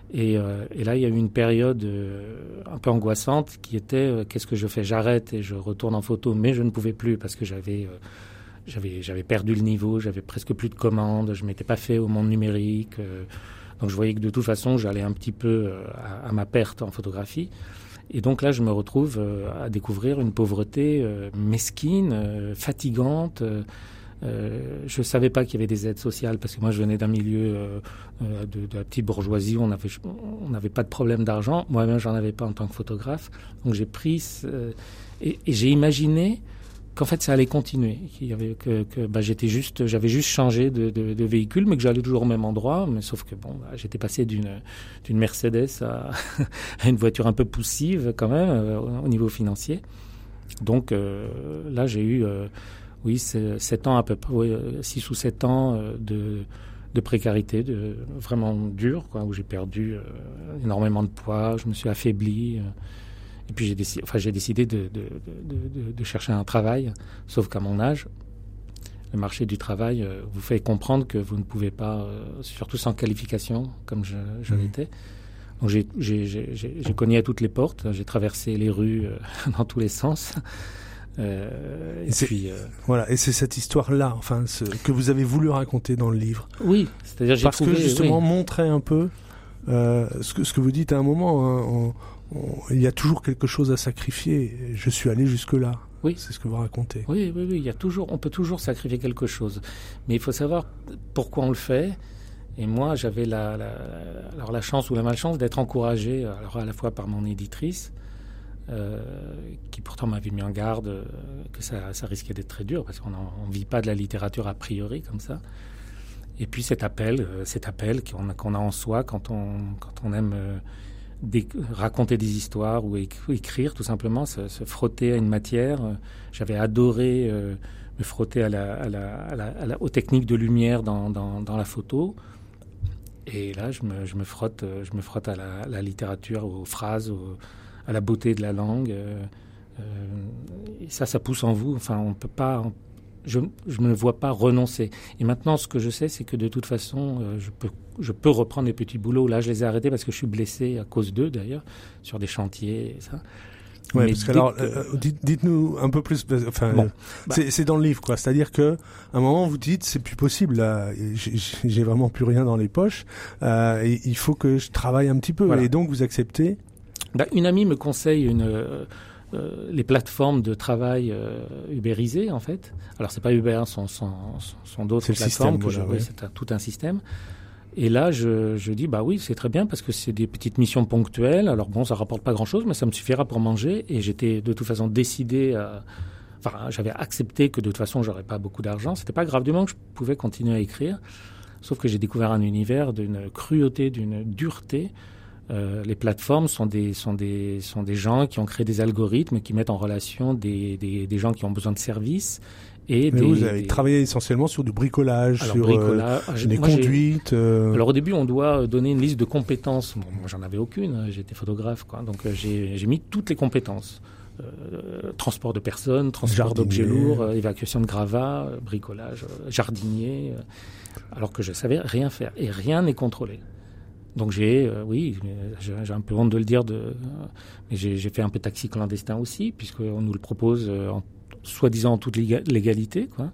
S5: Et là, il y a eu une période un peu angoissante qui était qu'est-ce que je fais ? J'arrête et je retourne en photo, mais je ne pouvais plus parce que j'avais perdu le niveau, j'avais presque plus de commandes, je m'étais pas fait au monde numérique. Donc je voyais que de toute façon, j'allais un petit peu à ma perte en photographie. Et donc là, je me retrouve à découvrir une pauvreté mesquine, fatigante. Je savais pas qu'il y avait des aides sociales parce que moi je venais d'un milieu de la petite bourgeoisie où on n'avait pas de problème d'argent. Moi-même j'en avais pas en tant que photographe. Donc j'ai pris et j'ai imaginé qu'en fait ça allait continuer, qu'il y avait j'avais juste changé de véhicule, mais que j'allais toujours au même endroit. Mais sauf que j'étais passé d'une Mercedes à une voiture un peu poussive quand même au niveau financier. Donc là j'ai eu 7 ans à peu près, 6 ou 7 ans de précarité, vraiment dur, où j'ai perdu énormément de poids, je me suis affaibli. Et puis j'ai décidé de chercher un travail, sauf qu'à mon âge, le marché du travail vous fait comprendre que vous ne pouvez pas, surtout sans qualification, comme je l'étais. Donc j'ai cogné à toutes les portes, j'ai traversé les rues dans tous les sens.
S3: Et c'est cette histoire-là, que vous avez voulu raconter dans le livre.
S5: Oui, c'est-à-dire
S3: parce que justement montrer un peu ce que vous dites à un moment. Il y a toujours quelque chose à sacrifier. Je suis allé jusque-là.
S5: Oui.
S3: C'est ce que vous racontez.
S5: Oui. On peut toujours sacrifier quelque chose, mais il faut savoir pourquoi on le fait. Et moi, j'avais la chance ou la malchance d'être encouragé, alors à la fois par mon éditrice. Qui pourtant m'avait mis en garde que ça risquait d'être très dur parce qu'on ne vit pas de la littérature a priori comme ça. Et puis cet appel qu'on a en soi quand on aime raconter des histoires ou écrire tout simplement, se frotter à une matière. J'avais adoré me frotter aux techniques de lumière dans la photo. Et là, je me frotte à la littérature, aux phrases, à la beauté de la langue. Et ça pousse en vous. Enfin, on peut pas. Je ne me vois pas renoncer. Et maintenant, ce que je sais, c'est que de toute façon, je peux reprendre les petits boulots. Là, je les ai arrêtés parce que je suis blessé à cause d'eux, d'ailleurs, sur des chantiers et ça.
S3: Ouais, parce que alors, dites-nous un peu plus. C'est dans le livre, quoi. C'est-à-dire que, à un moment, vous dites, c'est plus possible. Là, j'ai vraiment plus rien dans les poches. Et il faut que je travaille un petit peu. Voilà. Et donc, vous acceptez.
S5: Une amie me conseille les plateformes de travail ubérisées, en fait. Alors, c'est pas Uber, sont d'autres plateformes. C'est tout un système. Et là, je dis, oui, c'est très bien parce que c'est des petites missions ponctuelles. Alors ça rapporte pas grand-chose, mais ça me suffira pour manger. Et j'étais de toute façon décidé j'avais accepté que de toute façon, j'aurais pas beaucoup d'argent. C'était pas grave du moment que je pouvais continuer à écrire. Sauf que j'ai découvert un univers d'une cruauté, d'une dureté. Les plateformes sont des gens qui ont créé des algorithmes qui mettent en relation des gens qui ont besoin de services.
S3: Vous avez travaillé essentiellement sur du bricolage, les conduites.
S5: Alors au début, on doit donner une liste de compétences. Bon, moi, j'en avais aucune. J'étais photographe, quoi. Donc j'ai mis toutes les compétences. Transport de personnes, transport d'objets lourds, évacuation de gravats, bricolage, jardinier. Alors que je savais rien faire et rien n'est contrôlé. Donc j'ai un peu honte de le dire, mais j'ai fait un peu taxi clandestin aussi, puisqu'on nous le propose soi-disant en toute légalité, quoi.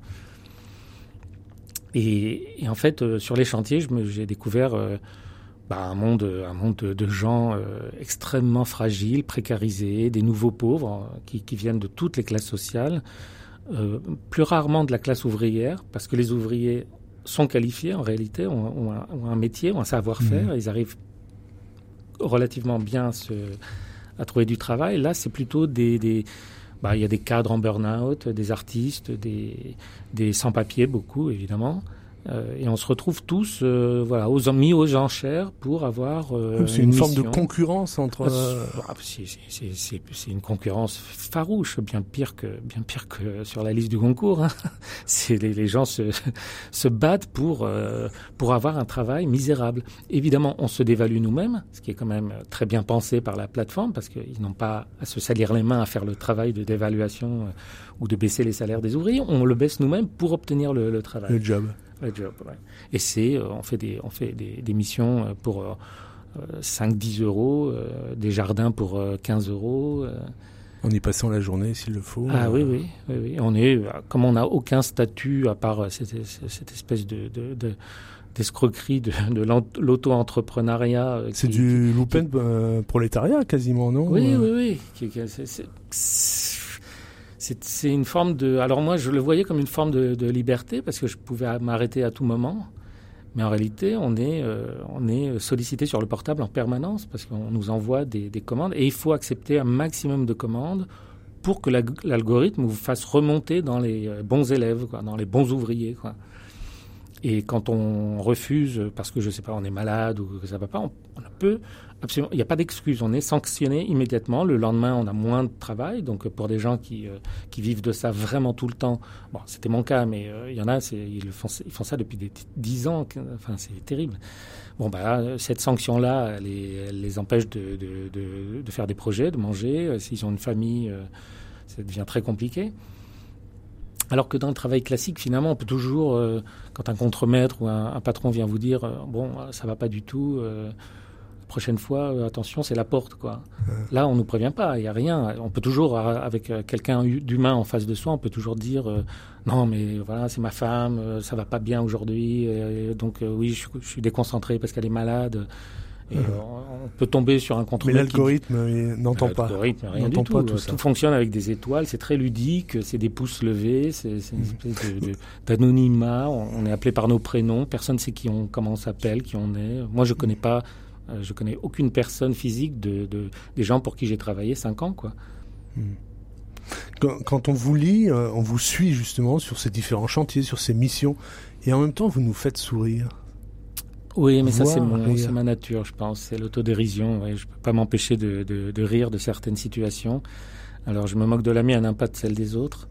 S5: Et en fait, sur les chantiers, j'ai découvert un monde de gens extrêmement fragiles, précarisés, des nouveaux pauvres qui viennent de toutes les classes sociales, plus rarement de la classe ouvrière, parce que les ouvriers sont qualifiés en réalité, ont un métier, ont un savoir-faire, ils arrivent relativement bien à trouver du travail. Là, c'est plutôt il y a des cadres en burn-out, des artistes, des sans-papiers, beaucoup évidemment. Et on se retrouve tous mis aux enchères pour avoir
S3: c'est une forme de concurrence entre...
S5: C'est une concurrence farouche, bien pire que sur la liste du concours. Hein. Les gens se battent pour avoir un travail misérable. Évidemment, on se dévalue nous-mêmes, ce qui est quand même très bien pensé par la plateforme, parce qu'ils n'ont pas à se salir les mains à faire le travail de dévaluation ou de baisser les salaires des ouvriers. On le baisse nous-mêmes pour obtenir le travail.
S3: Le job.
S5: Ouais. Et on fait des missions pour 5-10 euros, des jardins pour 15 euros.
S3: En y passant la journée s'il le faut.
S5: Ah oui. On est, comme on n'a aucun statut à part cette espèce d'escroquerie de l'auto-entrepreneuriat.
S3: C'est du lumpen prolétariat quasiment, non?
S5: Oui. C'est une forme de... Alors moi, je le voyais comme une forme de liberté parce que je pouvais m'arrêter à tout moment. Mais en réalité, on est sollicité sur le portable en permanence parce qu'on nous envoie des commandes et il faut accepter un maximum de commandes pour que l'algorithme vous fasse remonter dans les bons élèves, quoi, dans les bons ouvriers, quoi. Et quand on refuse parce que, je sais pas, on est malade ou que ça va pas, on peut absolument... Il n'y a pas d'excuse. On est sanctionné immédiatement. Le lendemain, on a moins de travail. Donc, pour des gens qui vivent de ça vraiment tout le temps... Bon, c'était mon cas, mais il y en a, ils font ça depuis 10 ans. Enfin, c'est terrible. Bon, cette sanction-là, elle les empêche de faire des projets, de manger. S'ils ont une famille, ça devient très compliqué. Alors que dans le travail classique, finalement, on peut toujours, quand un contremaître ou un patron vient vous dire ça va pas du tout, la prochaine fois, attention, c'est la porte, quoi. Là, on nous prévient pas, il y a rien. On peut toujours, avec quelqu'un d'humain en face de soi, on peut toujours dire non, mais voilà, c'est ma femme, ça va pas bien aujourd'hui, donc oui, je suis déconcentré parce qu'elle est malade. Et on peut tomber sur un contrôle.
S3: Mais l'algorithme n'entend pas.
S5: L'algorithme, rien du tout. Tout fonctionne avec des étoiles, c'est très ludique, c'est des pouces levés, c'est une espèce d'anonymat. On est appelé par nos prénoms, personne ne sait comment on s'appelle, qui on est. Moi, je connais aucune personne physique des gens pour qui j'ai travaillé 5 ans, quoi.
S3: Quand on vous lit, on vous suit justement sur ces différents chantiers, sur ces missions, et en même temps, vous nous faites sourire.
S5: Oui, mais ça, c'est ma nature, je pense. C'est l'autodérision. Ouais. Je ne peux pas m'empêcher de rire de certaines situations. Alors, je me moque de la mienne, pas de celle des autres.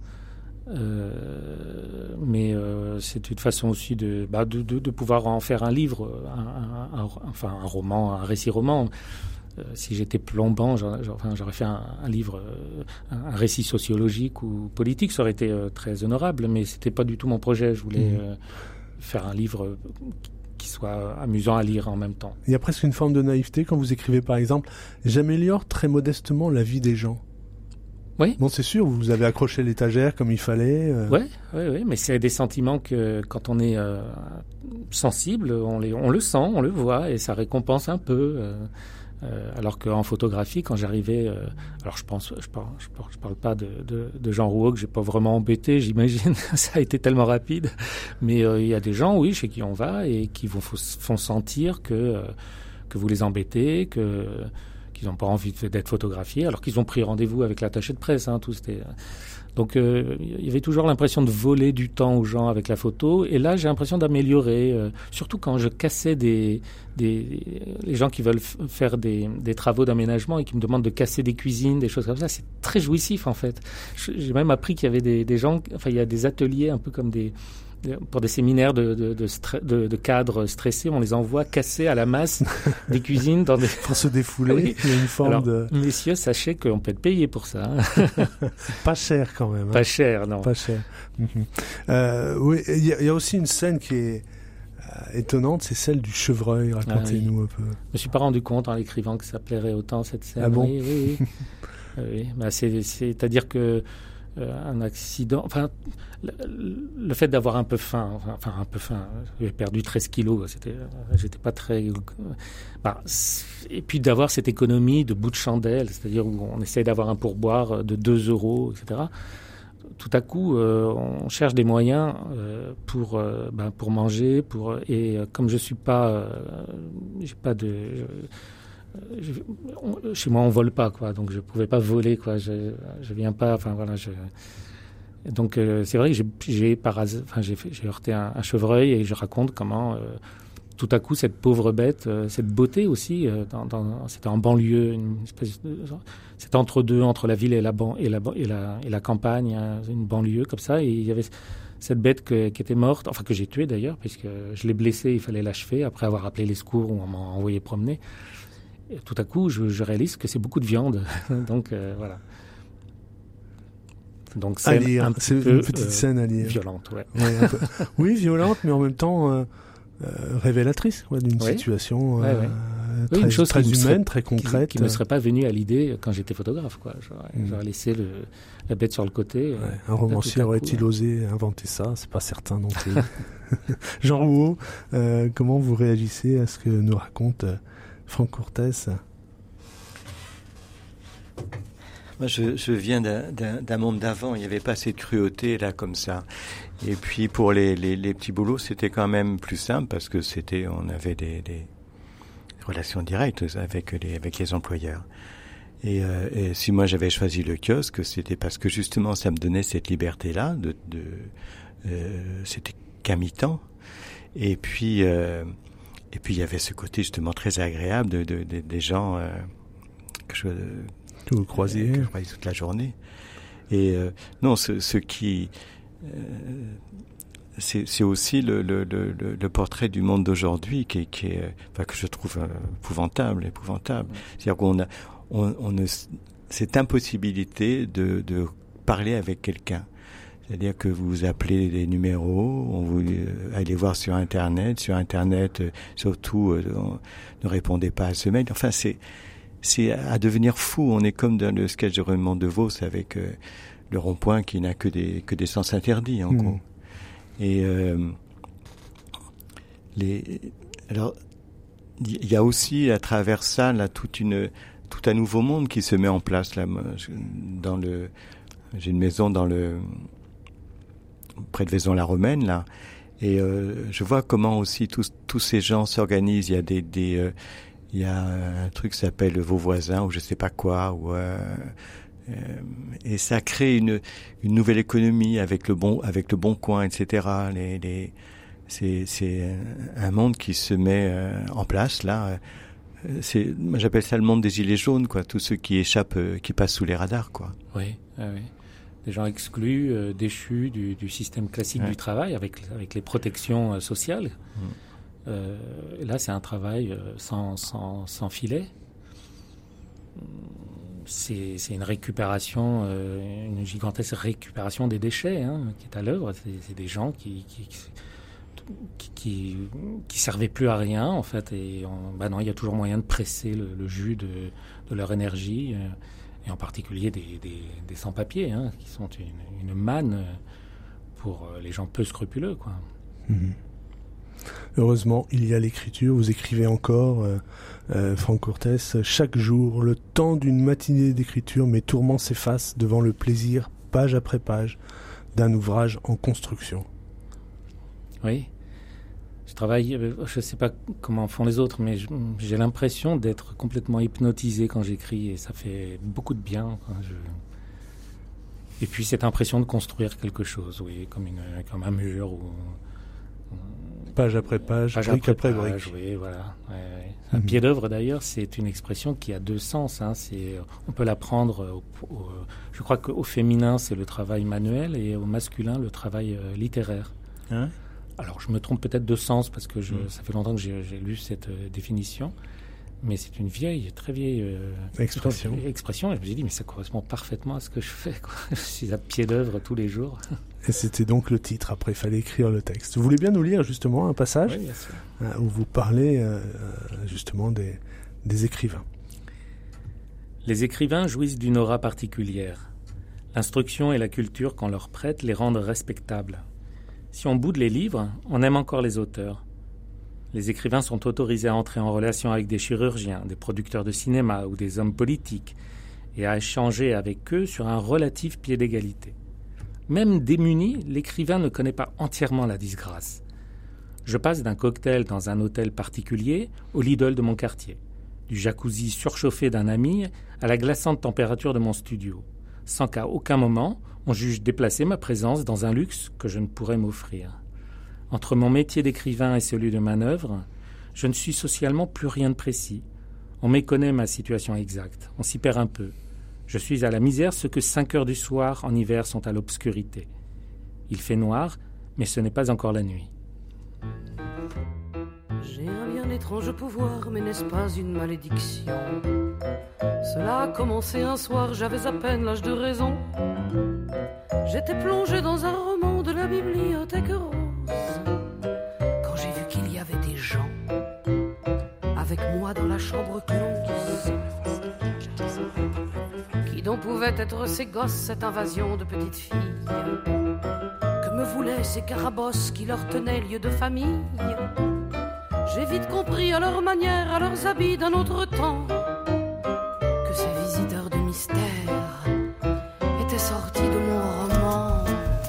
S5: Mais c'est une façon aussi de pouvoir en faire un livre, un roman, un récit-roman. Si j'étais plombant, j'aurais fait un livre, un récit sociologique ou politique. Ça aurait été très honorable, mais ce n'était pas du tout mon projet. Je voulais faire un livre qui soit amusant à lire en même temps.
S3: Il y a presque une forme de naïveté quand vous écrivez, par exemple, « J'améliore très modestement la vie des gens ».
S5: Oui.
S3: Bon, c'est sûr, vous avez accroché l'étagère comme il fallait.
S5: Oui, mais c'est des sentiments que, quand on est sensible, on le sent, on le voit, et ça récompense un peu. Alors qu'en photographie, quand j'arrivais... alors, je parle pas de Jean Rouault, que j'ai pas vraiment embêté, j'imagine. Ça a été tellement rapide. Mais il y a des gens, oui, chez qui on va, et qui font sentir que vous les embêtez, qu'ils n'ont pas envie d'être photographiés, alors qu'ils ont pris rendez-vous avec l'attaché de presse. Tout c'était... Donc, il y avait toujours l'impression de voler du temps aux gens avec la photo. Et là, j'ai l'impression d'améliorer. Surtout quand je cassais les gens qui veulent faire des travaux d'aménagement et qui me demandent de casser des cuisines, des choses comme ça. C'est très jouissif, en fait. J'ai même appris qu'il y avait des gens... Enfin, il y a des ateliers un peu comme pour des séminaires de cadres stressés, on les envoie casser à la masse des cuisines pour
S3: se défouler.
S5: Oui.
S3: Il y a une forme
S5: Alors, messieurs, sachez qu'on peut être payé pour ça.
S3: Pas cher quand même.
S5: Pas cher, non.
S3: Pas cher. Oui, il y a aussi une scène qui est étonnante, c'est celle du chevreuil. Racontez-nous un peu.
S5: Je me suis pas rendu compte en l'écrivant que ça plairait autant cette scène.
S3: Ah bon?
S5: Oui. Oui. C'est-à-dire que un accident, le fait d'avoir un peu faim, j'ai perdu 13 kilos, j'étais pas très... et puis d'avoir cette économie de bout de chandelle, c'est-à-dire où on essaie d'avoir un pourboire de 2 euros, etc. Tout à coup, on cherche des moyens pour manger, et comme je suis pas... j'ai pas de... chez moi on vole pas, quoi, donc je pouvais pas voler, quoi. Je viens pas, donc c'est vrai que j'ai heurté un chevreuil, et je raconte comment tout à coup cette pauvre bête, cette beauté aussi, c'était en banlieue, c'était entre la ville et la campagne, une banlieue comme ça, et il y avait cette bête qui était morte, que j'ai tuée d'ailleurs, puisque je l'ai blessée, il fallait l'achever après avoir appelé les secours ou on m'a envoyé promener. Et tout à coup, je réalise que c'est beaucoup de viande. Donc, voilà. Donc,
S3: c'est une petite scène à lire.
S5: Violente, ouais.
S3: Oui, violente, mais en même temps révélatrice d'une situation
S5: une chose
S3: très humaine, très concrète.
S5: Qui ne me serait pas venue à l'idée quand j'étais photographe, quoi. J'aurais laissé la bête sur le côté.
S3: Un romancier aurait-il osé inventer ça? C'est pas certain non plus. Jean Rouault, comment vous réagissez à ce que nous raconte Franck Courtès?
S4: Moi, je viens d'un monde d'avant. Il n'y avait pas cette cruauté là comme ça. Et puis pour les petits boulots, c'était quand même plus simple parce que on avait des relations directes avec les employeurs. Et si moi j'avais choisi le kiosque, c'était parce que justement ça me donnait cette liberté-là. C'était qu'à mi-temps. Et puis il y avait ce côté justement très agréable des gens que vous croisiez toute la journée. Et non, ce qui c'est aussi le portrait du monde d'aujourd'hui qui est que je trouve épouvantable. C'est-à-dire qu'on a cette impossibilité de parler avec quelqu'un. C'est-à-dire que vous appelez des numéros, on vous allez voir sur Internet, surtout ne répondez pas à ce mail. Enfin, c'est à devenir fou. On est comme dans le sketch de Raymond DeVos avec le rond-point qui n'a que des sens interdits, en gros. Et alors il y a aussi à travers ça là tout un nouveau monde qui se met en place là. J'ai une maison près de Vaison-la-Romaine là, et je vois comment aussi tous ces gens s'organisent. Il y a un truc qui s'appelle Vos voisins ou je sais pas quoi, et ça crée une nouvelle économie avec le bon coin, etc. C'est un monde qui se met en place là. Moi j'appelle ça le monde des gilets jaunes, quoi. Tous ceux qui échappent, qui passent sous les radars, quoi.
S5: Oui. Des gens exclus, déchus du système classique du travail avec les protections sociales. Là, c'est un travail sans filet. C'est une récupération, une gigantesque récupération des déchets qui est à l'œuvre. C'est des gens qui servaient plus à rien en fait. Et non, il y a toujours moyen de presser le jus de leur énergie, et en particulier des sans-papiers qui sont une manne pour les gens peu scrupuleux, quoi.
S3: Heureusement, il y a l'écriture. Vous écrivez encore, Franck Courtès, chaque jour, le temps d'une matinée d'écriture, mes tourments s'effacent devant le plaisir, page après page, d'un ouvrage en construction.
S5: Oui, je travaille, je ne sais pas comment font les autres, mais j'ai l'impression d'être complètement hypnotisé quand j'écris, et ça fait beaucoup de bien. Et puis cette impression de construire quelque chose, oui, comme un mur ou...
S3: Page après page, brique après brique.
S5: Oui, voilà. Ouais. Un pied d'œuvre, d'ailleurs, c'est une expression qui a deux sens. On peut la prendre, je crois qu'au féminin, c'est le travail manuel, et au masculin, le travail littéraire. Alors, je me trompe peut-être de sens, parce que ça fait longtemps que j'ai lu cette définition, mais c'est une très vieille expression. Et je me suis dit, mais ça correspond parfaitement à ce que je fais, quoi. Je suis à pied d'œuvre tous les jours.
S3: Et c'était donc le titre, après il fallait écrire le texte. Vous voulez bien nous lire justement un passage où vous parlez justement des écrivains.
S5: Les écrivains jouissent d'une aura particulière. L'instruction et la culture qu'on leur prête les rendent respectables. Si on boude les livres, on aime encore les auteurs. Les écrivains sont autorisés à entrer en relation avec des chirurgiens, des producteurs de cinéma ou des hommes politiques, et à échanger avec eux sur un relatif pied d'égalité. Même démuni, l'écrivain ne connaît pas entièrement la disgrâce. Je passe d'un cocktail dans un hôtel particulier au Lidl de mon quartier, du jacuzzi surchauffé d'un ami à la glaçante température de mon studio, sans qu'à aucun moment on juge déplacer ma présence dans un luxe que je ne pourrais m'offrir. Entre mon métier d'écrivain et celui de manœuvre, je ne suis socialement plus rien de précis. On méconnaît ma situation exacte, on s'y perd un peu. Je suis à la misère ce que 5 heures du soir en hiver sont à l'obscurité. Il fait noir, mais ce n'est pas encore la nuit.
S6: J'ai un bien étrange pouvoir, mais n'est-ce pas une malédiction? Cela a commencé un soir, j'avais à peine l'âge de raison. J'étais plongé dans un roman de la bibliothèque rose, quand j'ai vu qu'il y avait des gens avec moi dans la chambre. chambres closes. Qui donc pouvait être ces gosses, cette invasion de petites filles? Que me voulaient ces carabosses qui leur tenaient lieu de famille? J'ai vite compris à leur manière, à leurs habits d'un autre temps, que ces visiteurs de mystère étaient sortis de mon roman.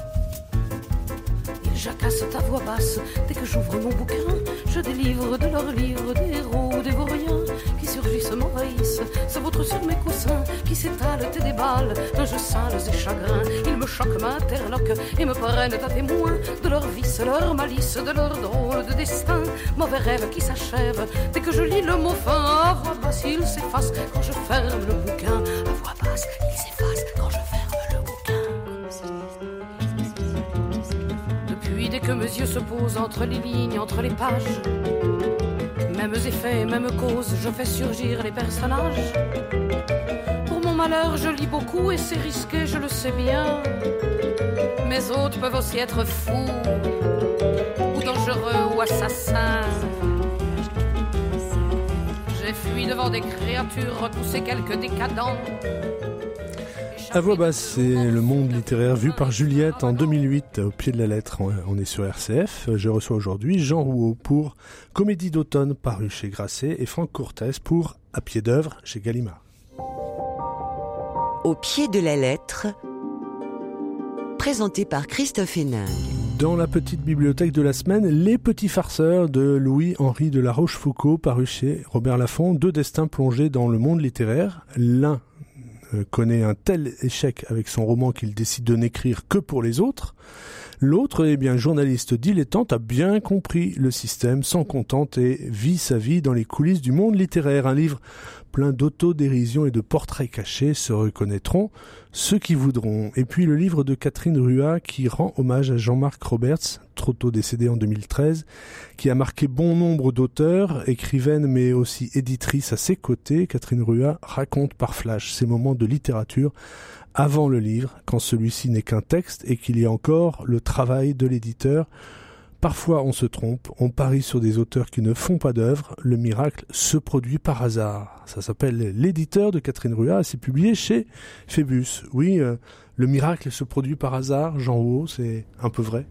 S6: Ils jacassent à voix basse dès que j'ouvre mon bouquin. Je délivre de leurs livres des héros, des vauriens qui surgissent, m'envahissent, se vautrent sur mes coussins, qui s'étalent et déballent d'un jeu sales et chagrins. Ils me choquent, m'interloquent et me prennent à témoin de leur vice, leur malice, de leur drôle de destin. Mauvais rêve qui s'achève dès que je lis le mot fin. À voix basse, il s'efface quand je ferme le bouquin. À voix basse, il s'efface quand je ferme le bouquin. Depuis, dès que mes yeux se posent entre les lignes, entre les pages, mêmes effets, mêmes causes, je fais surgir les personnages. Pour mon malheur, je lis beaucoup et c'est risqué, je le sais bien. Mes hôtes peuvent aussi être fous, ou dangereux, ou assassins. J'ai fui devant des créatures, repoussé quelques décadents.
S3: À voix basse, c'est le monde littéraire vu par Juliette en 2008 au pied de la lettre. On est sur RCF. Je reçois aujourd'hui Jean Rouault pour Comédie d'automne paru chez Grasset et Franck Courtès pour À pied d'œuvre chez Gallimard.
S2: Au pied de la lettre, présenté par Christophe Hénin.
S3: Dans la petite bibliothèque de la semaine, Les Petits Farceurs de Louis-Henri de La Rochefoucauld paru chez Robert Laffont. Deux destins plongés dans le monde littéraire. L'un connaît un tel échec avec son roman qu'il décide de n'écrire que pour les autres. L'autre, journaliste dilettante, a bien compris le système, s'en contente et vit sa vie dans les coulisses du monde littéraire. Un livre plein d'autodérision et de portraits cachés, se reconnaîtront ceux qui voudront. Et puis le livre de Catherine Ruat qui rend hommage à Jean-Marc Roberts, trop tôt décédé en 2013, qui a marqué bon nombre d'auteurs, écrivaines mais aussi éditrices à ses côtés. Catherine Ruat raconte par flash ses moments de littérature avant le livre, quand celui-ci n'est qu'un texte et qu'il y a encore le travail de l'éditeur. Parfois on se trompe, on parie sur des auteurs qui ne font pas d'œuvre, le miracle se produit par hasard. Ça s'appelle L'éditeur de Catherine Ruat, c'est publié chez Phébus. Oui, le miracle se produit par hasard, Jean Rouault, c'est un peu vrai.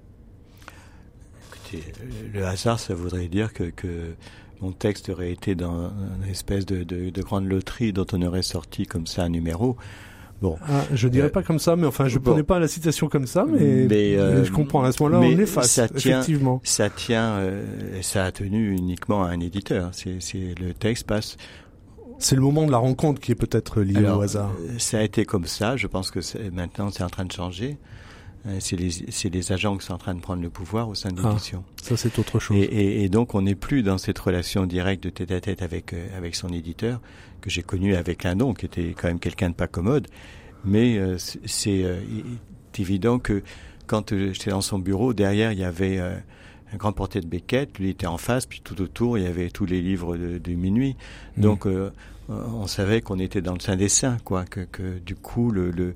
S4: Écoutez, le hasard, ça voudrait dire que mon texte aurait été dans une espèce de grande loterie dont on aurait sorti comme ça un numéro. Bon,
S3: je dirais pas comme ça, mais enfin, je prenais pas la citation comme ça, mais je comprends. À ce moment-là, on est face, effectivement.
S4: Ça tient, ça a tenu uniquement à un éditeur. Le texte passe.
S3: C'est le moment de la rencontre qui est peut-être lié au hasard.
S4: Ça a été comme ça. Je pense que maintenant, c'est en train de changer. C'est les agents qui sont en train de prendre le pouvoir au sein de l'édition.
S3: Ça, c'est autre chose.
S4: Et donc, on n'est plus dans cette relation directe de tête-à-tête avec son éditeur, que j'ai connu avec Lindon, qui était quand même quelqu'un de pas commode. Mais c'est évident que quand j'étais dans son bureau, derrière, il y avait un grand portrait de Beckett. Lui était en face, puis tout autour, il y avait tous les livres de minuit. Donc, on savait qu'on était dans le Saint des Saints, quoi. Que du coup,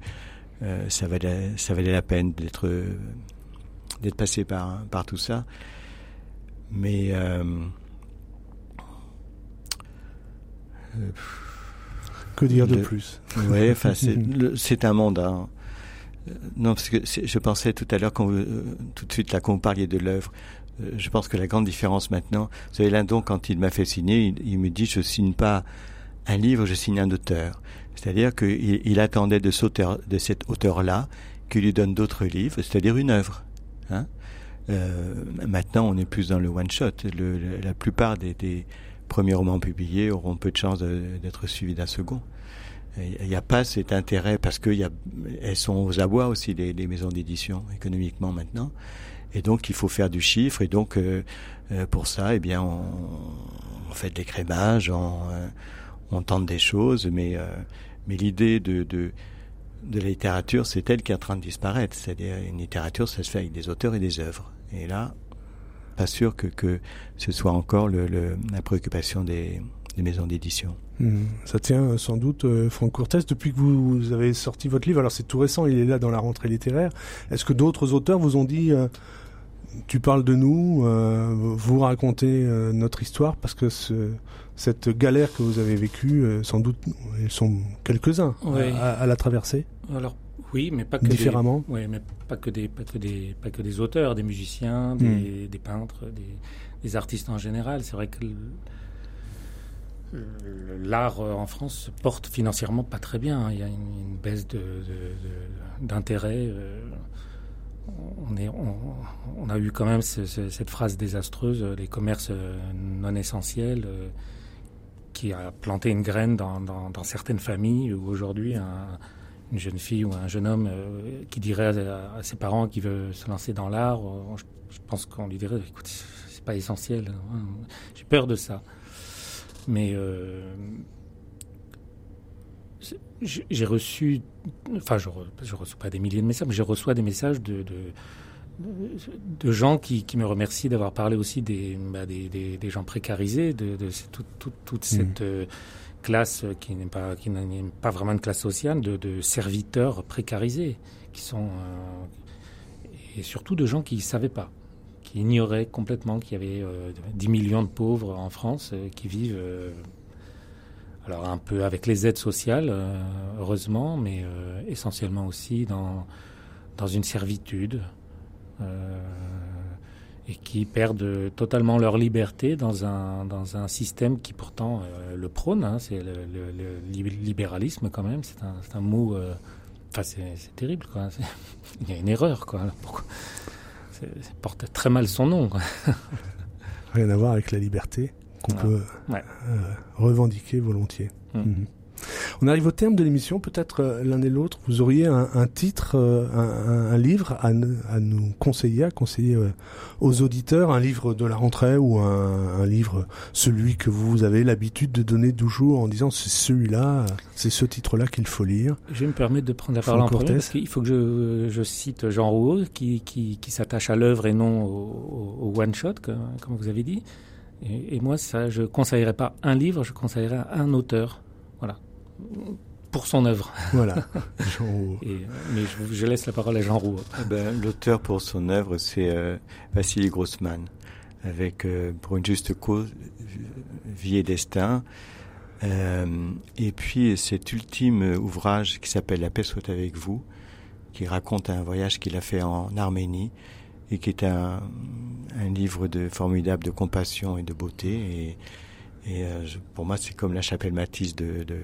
S4: ça valait la peine d'être passé par tout ça. Mais
S3: que dire de plus?
S4: Oui, enfin c'est un monde. Hein. Non, parce que je pensais tout à l'heure tout de suite là quand vous parliez de l'œuvre. Je pense que la grande différence maintenant, vous savez, Lindon, quand il m'a fait signer, il me dit: je signe pas un livre, je signe un auteur. C'est-à-dire qu'il attendait de cet auteur-là qu'il lui donne d'autres livres, c'est-à-dire une œuvre. Hein. Maintenant, on est plus dans le one-shot. La plupart des premiers romans publiés auront peu de chances d'être suivis d'un second. Il n'y a pas cet intérêt, parce elles sont aux abois aussi, les maisons d'édition, économiquement maintenant. Et donc, il faut faire du chiffre. Et donc, pour ça, on fait de l'écrémage, on tente des choses, mais l'idée de la littérature, c'est elle qui est en train de disparaître. C'est-à-dire, une littérature, ça se fait avec des auteurs et des œuvres. Et là, pas sûr que ce soit encore la préoccupation des maisons d'édition.
S3: Ça tient sans doute, Franck Courtès, depuis que vous avez sorti votre livre. Alors c'est tout récent, il est là dans la rentrée littéraire. Est-ce que d'autres auteurs vous ont dit tu parles de nous, vous racontez notre histoire, parce que cette galère que vous avez vécue, sans doute, ils sont quelques-uns à la traverser.
S5: Alors oui, mais pas que
S3: différemment.
S5: Oui, mais pas que des auteurs, des musiciens, des peintres, des artistes en général. C'est vrai que l'art en France se porte financièrement pas très bien. Il y a une baisse d'intérêt. On a eu quand même cette phrase désastreuse, les commerces non essentiels, qui a planté une graine dans certaines familles où aujourd'hui une jeune fille ou un jeune homme qui dirait à ses parents qu'il veut se lancer dans l'art, je pense qu'on lui dirait, écoute, c'est pas essentiel. Hein. J'ai peur de ça. Mais j'ai reçu, enfin je reçois pas des milliers de messages, mais je reçois des messages de gens qui me remercient d'avoir parlé aussi des gens précarisés, de toute cette classe qui n'est pas vraiment une classe sociale, de serviteurs précarisés, qui sont et surtout de gens qui ne savaient pas, qui ignoraient complètement qu'il y avait 10 millions de pauvres en France qui vivent alors un peu avec les aides sociales, heureusement, mais essentiellement aussi dans une servitude et qui perdent totalement leur liberté dans un système qui pourtant le prône. Hein, c'est le libéralisme quand même. C'est un mot. Enfin, c'est terrible, quoi. Il y a une erreur, quoi. Pourquoi ça porte très mal son nom, quoi.
S3: Rien à voir avec la liberté qu'on peut revendiquer volontiers. On arrive au terme de l'émission. Peut-être l'un et l'autre, vous auriez un titre, un livre à nous conseiller, aux auditeurs, un livre de la rentrée ou un livre, celui que vous avez l'habitude de donner toujours en disant c'est celui-là, c'est ce titre-là qu'il faut lire.
S5: Je vais me permettre de prendre la parole en premier parce qu'il faut que je cite Jean Rouault qui s'attache à l'œuvre et non au one-shot, comme vous avez dit. Et moi, ça, je conseillerais pas un livre, je conseillerais un auteur. Voilà. Pour son œuvre.
S3: Voilà.
S5: Mais je laisse la parole à Jean Rouault.
S4: L'auteur pour son œuvre, c'est Vassili Grossman, avec Pour une juste cause, Vie et destin. Et puis cet ultime ouvrage qui s'appelle La paix soit avec vous, qui raconte un voyage qu'il a fait en Arménie et qui est un livre formidable de compassion et de beauté. Et pour moi, c'est comme la chapelle Matisse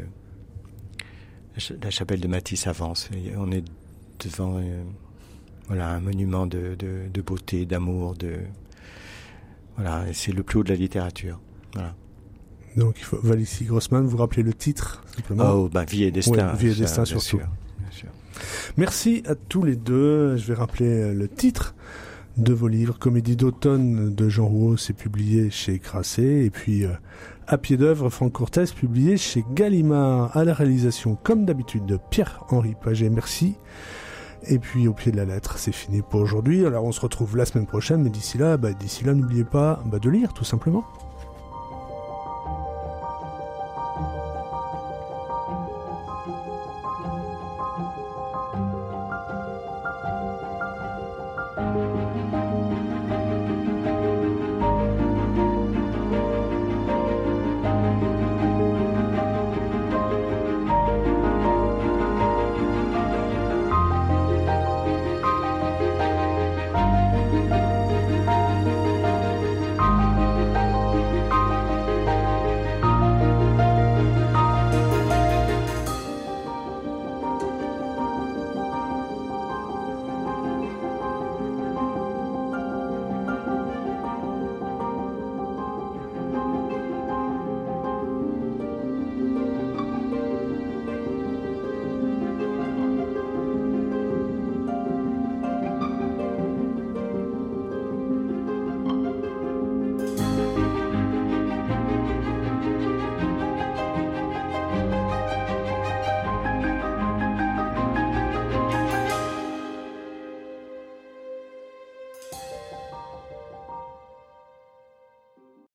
S4: la chapelle de Matisse avance. Et on est devant un monument de beauté, d'amour, voilà. Et c'est le plus haut de la littérature. Voilà.
S3: Donc, il faut Vassili Grossman, vous rappelez le titre simplement.
S4: Vie et destin.
S3: Vie et destin surtout.
S4: Bien sûr.
S3: Merci à tous les deux. Je vais rappeler le titre de vos livres. Comédie d'automne de Jean Rouault, c'est publié chez Grasset. Et puis À pied d'œuvre, Franck Courtès, publié chez Gallimard. À la réalisation, comme d'habitude, de Pierre-Henri Paget. Merci. Et puis Au pied de la lettre, c'est fini pour aujourd'hui. Alors on se retrouve la semaine prochaine, mais d'ici là, n'oubliez pas de lire, tout simplement.